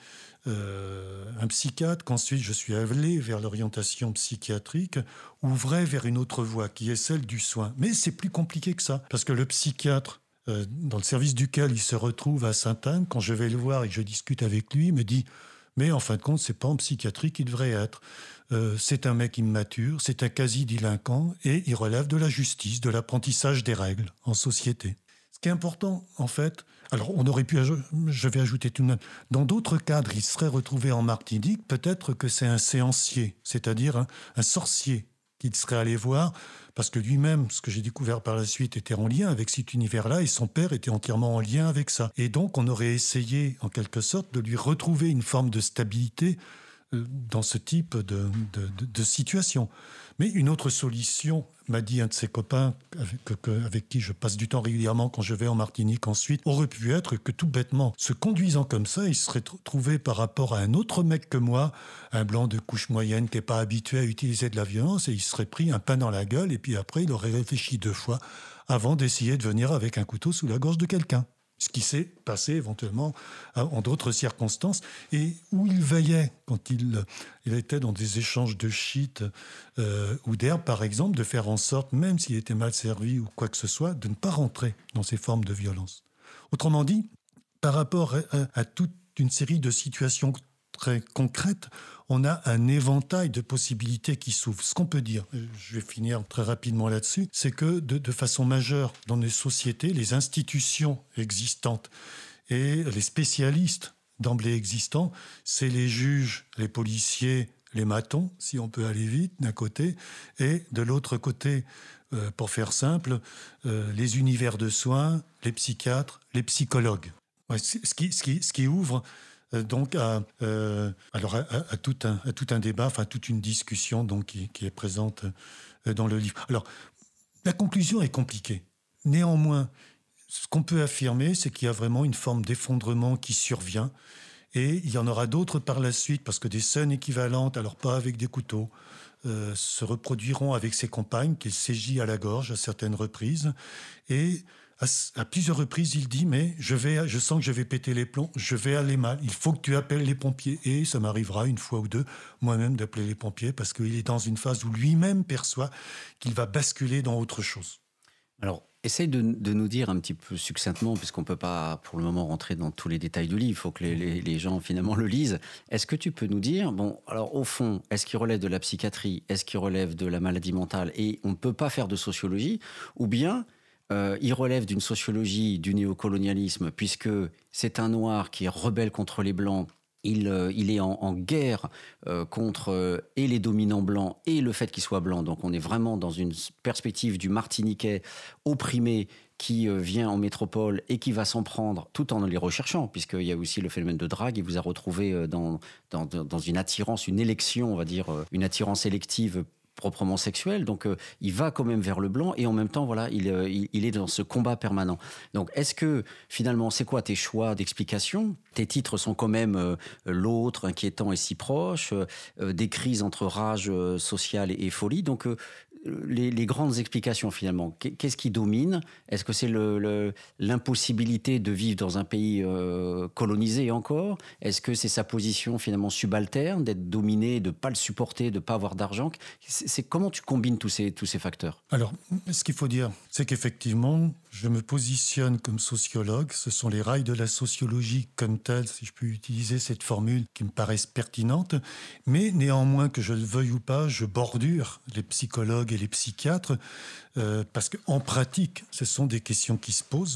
un psychiatre, qu'ensuite je suis allé vers l'orientation psychiatrique, ouvrait vers une autre voie qui est celle du soin. Mais c'est plus compliqué que ça, parce que le psychiatre, dans le service duquel il se retrouve à Sainte-Anne, quand je vais le voir et que je discute avec lui, il me dit « Mais en fin de compte, c'est pas en psychiatrie qu'il devrait être. C'est un mec immature, c'est un quasi-délinquant et il relève de la justice, de l'apprentissage des règles en société. » Ce qui est important, en fait, alors on aurait pu, je vais ajouter tout de même, dans d'autres cadres, il serait retrouvé en Martinique, peut-être que c'est un séancier, c'est-à-dire un sorcier qu'il serait allé voir, parce que lui-même, ce que j'ai découvert par la suite, était en lien avec cet univers-là, et son père était entièrement en lien avec ça. Et donc, on aurait essayé, en quelque sorte, de lui retrouver une forme de stabilité dans ce type de situation. Mais une autre solution, m'a dit un de ses copains avec qui je passe du temps régulièrement quand je vais en Martinique ensuite, aurait pu être que tout bêtement, se conduisant comme ça, il serait trouvé par rapport à un autre mec que moi, un blanc de couche moyenne qui n'est pas habitué à utiliser de la violence, et il serait pris un pain dans la gueule, et puis après il aurait réfléchi 2 fois avant d'essayer de venir avec un couteau sous la gorge de quelqu'un. Ce qui s'est passé éventuellement en d'autres circonstances, et où il veillait quand il était dans des échanges de shit ou d'herbe, par exemple, de faire en sorte, même s'il était mal servi ou quoi que ce soit, de ne pas rentrer dans ces formes de violence. Autrement dit, par rapport à toute une série de situations très concrètes, on a un éventail de possibilités qui s'ouvrent. Ce qu'on peut dire, je vais finir très rapidement là-dessus, c'est que de façon majeure dans les sociétés, les institutions existantes et les spécialistes d'emblée existants, c'est les juges, les policiers, les matons, si on peut aller vite, d'un côté, et de l'autre côté, pour faire simple, les univers de soins, les psychiatres, les psychologues. Ouais, ce qui ouvre donc à tout un débat, enfin toute une discussion donc, qui est présente dans le livre. Alors, la conclusion est compliquée. Néanmoins, ce qu'on peut affirmer, c'est qu'il y a vraiment une forme d'effondrement qui survient, et il y en aura d'autres par la suite, parce que des scènes équivalentes, alors pas avec des couteaux, se reproduiront avec ses compagnes, qu'il saisit à la gorge à certaines reprises, et à plusieurs reprises, il dit « mais je sens que je vais péter les plombs, je vais aller mal, il faut que tu appelles les pompiers ». Et ça m'arrivera une fois ou deux, moi-même, d'appeler les pompiers, parce qu'il est dans une phase où lui-même perçoit qu'il va basculer dans autre chose. Alors, essaye de nous dire un petit peu succinctement, puisqu'on ne peut pas pour le moment rentrer dans tous les détails du livre, il faut que les gens finalement le lisent. Est-ce que tu peux nous dire, bon, alors au fond, est-ce qu'il relève de la psychiatrie, est-ce qu'il relève de la maladie mentale, et on ne peut pas faire de sociologie, ou bien il relève d'une sociologie du néocolonialisme, puisque c'est un noir qui est rebelle contre les blancs. Il est en guerre contre et les dominants blancs et le fait qu'il soit blanc. Donc on est vraiment dans une perspective du Martiniquais opprimé qui vient en métropole et qui va s'en prendre tout en les recherchant, puisqu'il y a aussi le phénomène de drague. Il vous a retrouvé dans une attirance, une élection, on va dire, une attirance élective proprement sexuel, donc il va quand même vers le blanc, et en même temps, voilà, il est dans ce combat permanent. Donc, est-ce que, finalement, c'est quoi tes choix d'explication ? Tes titres sont quand même l'autre, inquiétant et si proche, des crises entre rage sociale et folie, donc les grandes explications, finalement, qu'est-ce qui domine ? Est-ce que c'est l'impossibilité de vivre dans un pays colonisé encore ? Est-ce que c'est sa position, finalement, subalterne, d'être dominé, de ne pas le supporter, de ne pas avoir d'argent ? C'est comment tu combines tous ces facteurs ? Alors, ce qu'il faut dire, c'est qu'effectivement, je me positionne comme sociologue. Ce sont les rails de la sociologie comme tels, si je peux utiliser cette formule, qui me paraissent pertinentes. Mais néanmoins, que je le veuille ou pas, je bordure les psychologues et les psychiatres, parce qu'en pratique, ce sont des questions qui se posent,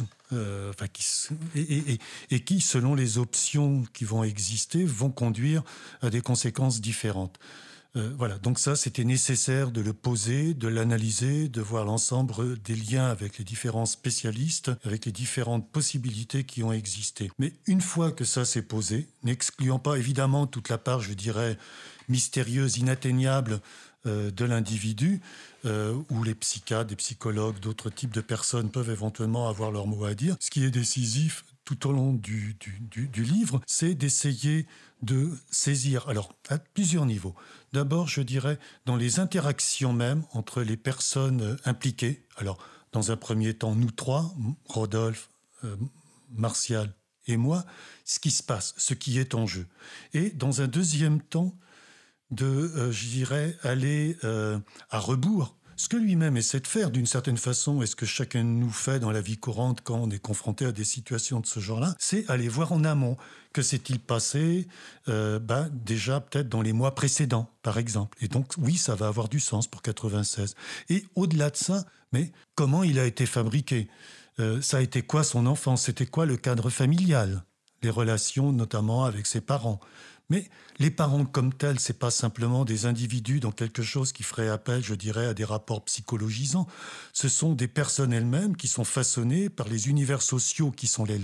et qui, selon les options qui vont exister, vont conduire à des conséquences différentes. Voilà, donc ça, c'était nécessaire de le poser, de l'analyser, de voir l'ensemble des liens avec les différents spécialistes, avec les différentes possibilités qui ont existé. Mais une fois que ça s'est posé, n'excluant pas évidemment toute la part, je dirais, mystérieuse, inatteignable de l'individu, où les psychiatres, des psychologues, d'autres types de personnes peuvent éventuellement avoir leur mot à dire, ce qui est décisif tout au long du livre, c'est d'essayer de saisir, alors à plusieurs niveaux. D'abord, je dirais, dans les interactions même entre les personnes impliquées. Alors, dans un premier temps, nous trois, Rodolphe, Martial et moi, ce qui se passe, ce qui est en jeu. Et dans un deuxième temps, je dirais, aller à rebours. Ce que lui-même essaie de faire, d'une certaine façon, et ce que chacun de nous fait dans la vie courante quand on est confronté à des situations de ce genre-là, c'est aller voir en amont. Que s'est-il passé déjà peut-être dans les mois précédents, par exemple. Et donc, oui, ça va avoir du sens pour 96. Et au-delà de ça, mais comment il a été fabriqué ? Ça a été quoi son enfance ? C'était quoi le cadre familial ? Les relations, notamment avec ses parents. Mais les parents comme tels, c'est pas simplement des individus dans quelque chose qui ferait appel, je dirais, à des rapports psychologisants. Ce sont des personnes elles-mêmes qui sont façonnées par les univers sociaux qui sont les leurs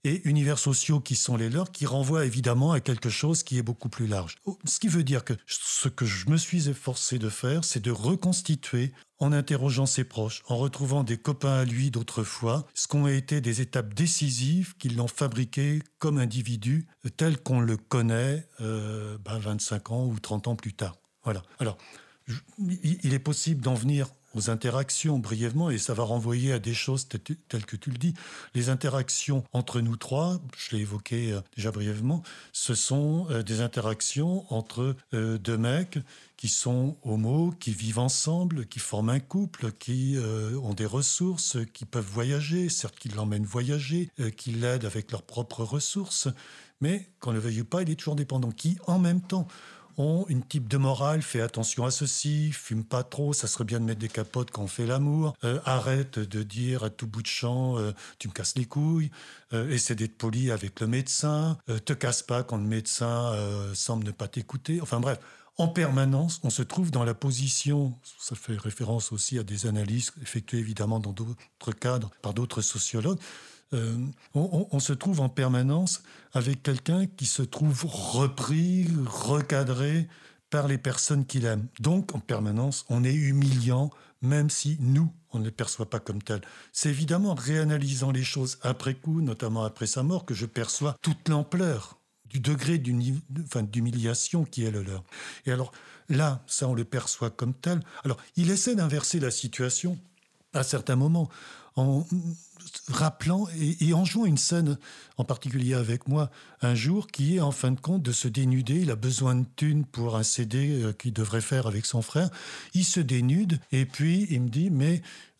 et univers sociaux qui sont les leurs, qui renvoient évidemment à quelque chose qui est beaucoup plus large. Ce qui veut dire que ce que je me suis efforcé de faire, c'est de reconstituer, en interrogeant ses proches, en retrouvant des copains à lui d'autrefois, ce qu'ont été des étapes décisives qui l'ont fabriqué comme individu tel qu'on le connaît 25 ans ou 30 ans plus tard. Voilà. Alors, il est possible d'en venir aux interactions brièvement, et ça va renvoyer à des choses telles que tu le dis. Les interactions entre nous trois, je l'ai évoqué déjà brièvement, ce sont des interactions entre deux mecs qui sont homo, qui vivent ensemble, qui forment un couple, qui ont des ressources, qui peuvent voyager, certes qui l'emmènent voyager, qui l'aident avec leurs propres ressources, mais qu'on ne le veuille pas, il est toujours dépendant, qui en même temps ont une type de morale, fais attention à ceci, fume pas trop, ça serait bien de mettre des capotes quand on fait l'amour, arrête de dire à tout bout de champ, tu me casses les couilles, essaie d'être poli avec le médecin, te casse pas quand le médecin semble ne pas t'écouter, enfin bref. En permanence, on se trouve dans la position, ça fait référence aussi à des analyses effectuées évidemment dans d'autres cadres par d'autres sociologues, on se trouve en permanence avec quelqu'un qui se trouve repris, recadré par les personnes qu'il aime. Donc, en permanence, on est humiliant, même si nous, on ne le perçoit pas comme tel. C'est évidemment en réanalysant les choses après coup, notamment après sa mort, que je perçois toute l'ampleur du degré d'humiliation qui est le leur. Et alors là, ça, on le perçoit comme tel. Alors, il essaie d'inverser la situation à certains moments, en rappelant et en jouant une scène, en particulier avec moi, un jour, qui est en fin de compte de se dénuder. Il a besoin de thunes pour un CD qu'il devrait faire avec son frère. Il se dénude et puis il me dit, mais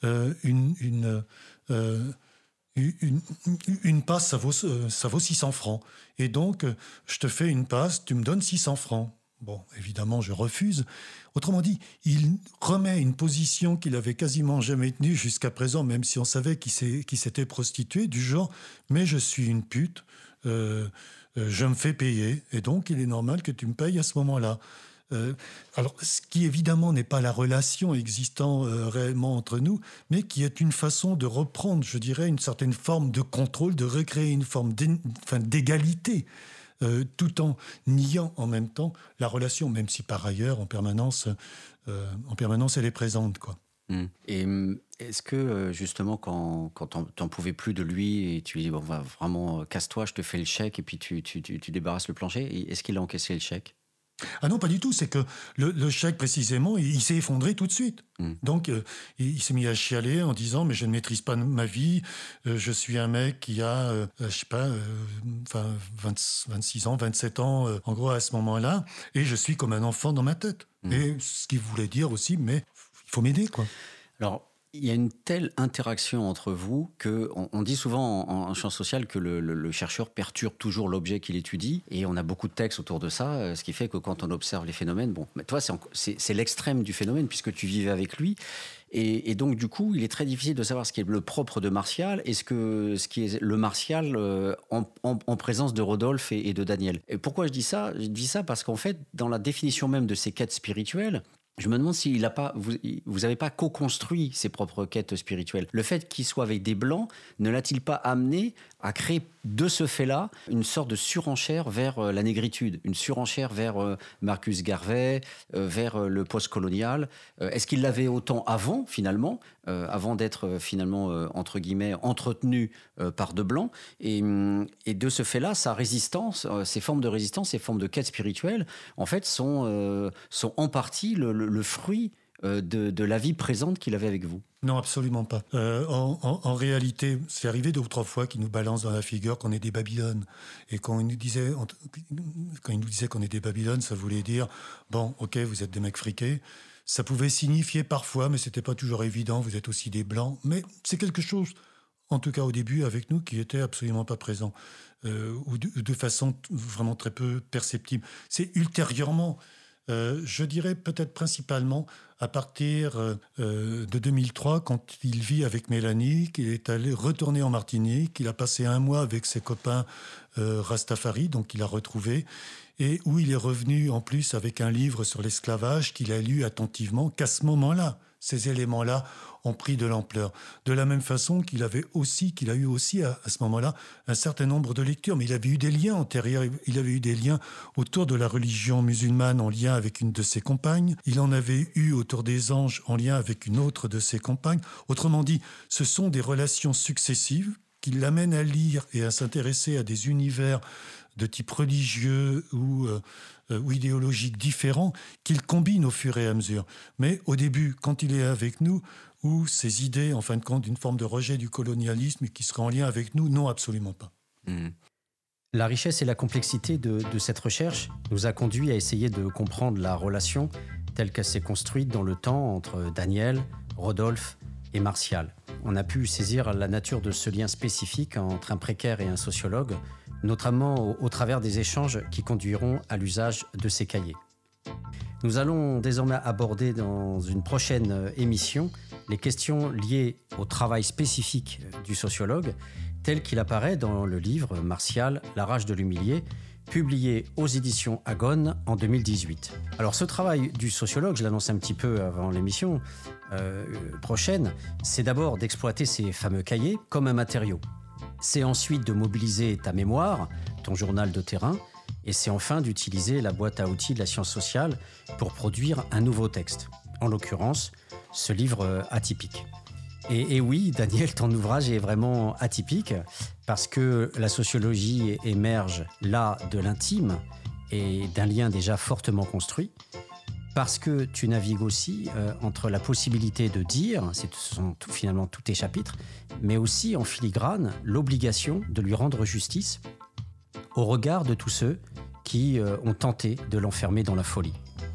une passe, ça vaut 600 francs. Et donc, je te fais une passe, tu me donnes 600 francs. Bon, évidemment, je refuse. Autrement dit, il remet une position qu'il avait quasiment jamais tenue jusqu'à présent, même si on savait qu'il s'était prostitué, du genre « mais je suis une pute, je me fais payer, et donc il est normal que tu me payes à ce moment-là ». Alors, ce qui évidemment n'est pas la relation existant réellement entre nous, mais qui est une façon de reprendre, je dirais, une certaine forme de contrôle, de recréer une forme d'égalité, tout en niant en même temps la relation, même si par ailleurs, en permanence, elle est présente, quoi. Et est-ce que justement quand t'en pouvais plus de lui et tu lui dis bon, vraiment casse-toi, je te fais le chèque et puis tu débarrasses le plancher, est-ce qu'il a encaissé le chèque? Ah non, pas du tout. C'est que le chèque, précisément, il s'est effondré tout de suite. Donc, il s'est mis à chialer en disant « mais je ne maîtrise pas ma vie, je suis un mec qui a, 26 ans, 27 ans, en gros, à ce moment-là, et je suis comme un enfant dans ma tête. » Et ce qui voulait dire aussi « mais il faut m'aider, quoi. » Alors, il y a une telle interaction entre vous qu'on dit souvent en sciences sociales que le chercheur perturbe toujours l'objet qu'il étudie, et on a beaucoup de textes autour de ça, ce qui fait que quand on observe les phénomènes, bon, mais toi c'est l'extrême du phénomène puisque tu vivais avec lui, et donc du coup il est très difficile de savoir ce qui est le propre de Martial et ce qui est le Martial en présence de Rodolphe et de Daniel. Et pourquoi je dis ça? Je dis ça parce qu'en fait, dans la définition même de ces quêtes spirituelles, je me demande si vous n'avez pas co-construit ses propres quêtes spirituelles. Le fait qu'il soit avec des Blancs ne l'a-t-il pas amené à créer de ce fait-là une sorte de surenchère vers la négritude, une surenchère vers Marcus Garvey, vers le post-colonial? Est-ce qu'il l'avait autant avant, finalement, avant d'être finalement, entre guillemets, entretenu par de Blancs, et de ce fait-là, sa résistance, ses formes de résistance, ses formes de quêtes spirituelles, en fait, sont en partie le fruit de la vie présente qu'il avait avec vous? Non, absolument pas. En réalité, c'est arrivé 2 ou 3 fois qu'il nous balance dans la figure qu'on est des Babylones. Et quand il nous disait qu'on est des Babylones, ça voulait dire « bon, ok, vous êtes des mecs friqués ». Ça pouvait signifier parfois, mais c'était pas toujours évident, vous êtes aussi des Blancs. Mais c'est quelque chose, en tout cas au début, avec nous, qui était absolument pas présent. Ou de façon vraiment très peu perceptible. C'est ultérieurement... je dirais peut-être principalement à partir de 2003, quand il vit avec Mélanie, qu'il est retourné en Martinique, qu'il a passé 1 mois avec ses copains Rastafari, donc il a retrouvé, et où il est revenu en plus avec un livre sur l'esclavage qu'il a lu attentivement, qu'à ce moment-là, ces éléments-là ont pris de l'ampleur. De la même façon qu'il a eu aussi à ce moment-là un certain nombre de lectures, mais il avait eu des liens antérieurs, il avait eu des liens autour de la religion musulmane en lien avec une de ses compagnes, il en avait eu autour des anges en lien avec une autre de ses compagnes. Autrement dit, ce sont des relations successives qui l'amènent à lire et à s'intéresser à des univers de type religieux ou idéologique différents qu'il combine au fur et à mesure. Mais au début, quand il est avec nous, ou ces idées, en fin de compte, d'une forme de rejet du colonialisme qui serait en lien avec nous, non, absolument pas. La richesse et la complexité de cette recherche nous a conduit à essayer de comprendre la relation telle qu'elle s'est construite dans le temps entre Daniel, Rodolphe et Martial. On a pu saisir la nature de ce lien spécifique entre un précaire et un sociologue, notamment au travers des échanges qui conduiront à l'usage de ces cahiers. Nous allons désormais aborder dans une prochaine émission les questions liées au travail spécifique du sociologue, tel qu'il apparaît dans le livre Martial, La rage de l'humilié, publié aux éditions Agone en 2018. Alors ce travail du sociologue, je l'annonce un petit peu avant l'émission prochaine, c'est d'abord d'exploiter ces fameux cahiers comme un matériau. C'est ensuite de mobiliser ta mémoire, ton journal de terrain, et c'est enfin d'utiliser la boîte à outils de la science sociale pour produire un nouveau texte. En l'occurrence, ce livre atypique. Et oui, Daniel, ton ouvrage est vraiment atypique parce que la sociologie émerge là de l'intime et d'un lien déjà fortement construit, parce que tu navigues aussi entre la possibilité de dire, ce sont finalement tous tes chapitres, mais aussi en filigrane l'obligation de lui rendre justice au regard de tous ceux qui ont tenté de l'enfermer dans la folie.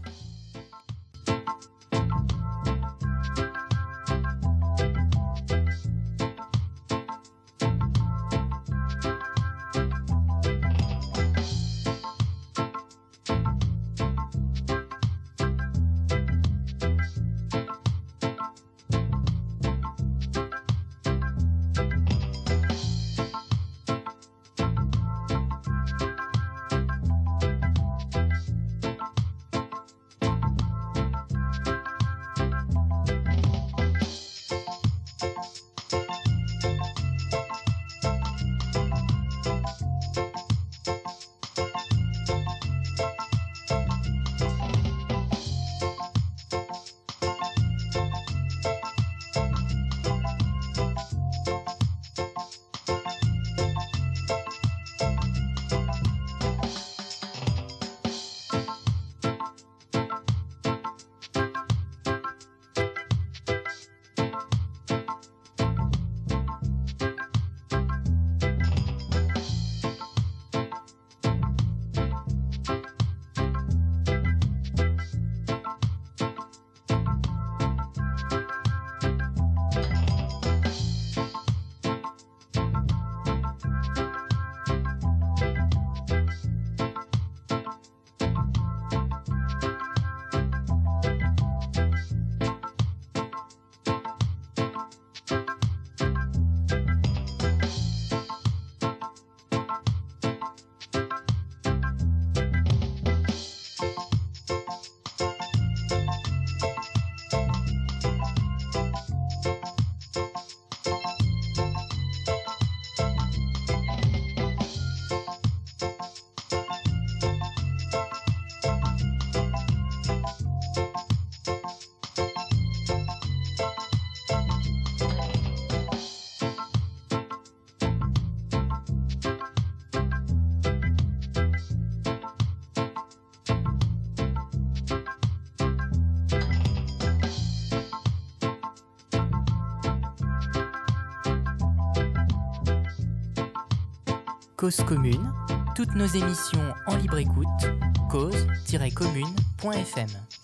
Cause commune, toutes nos émissions en libre écoute, cause-commune.fm.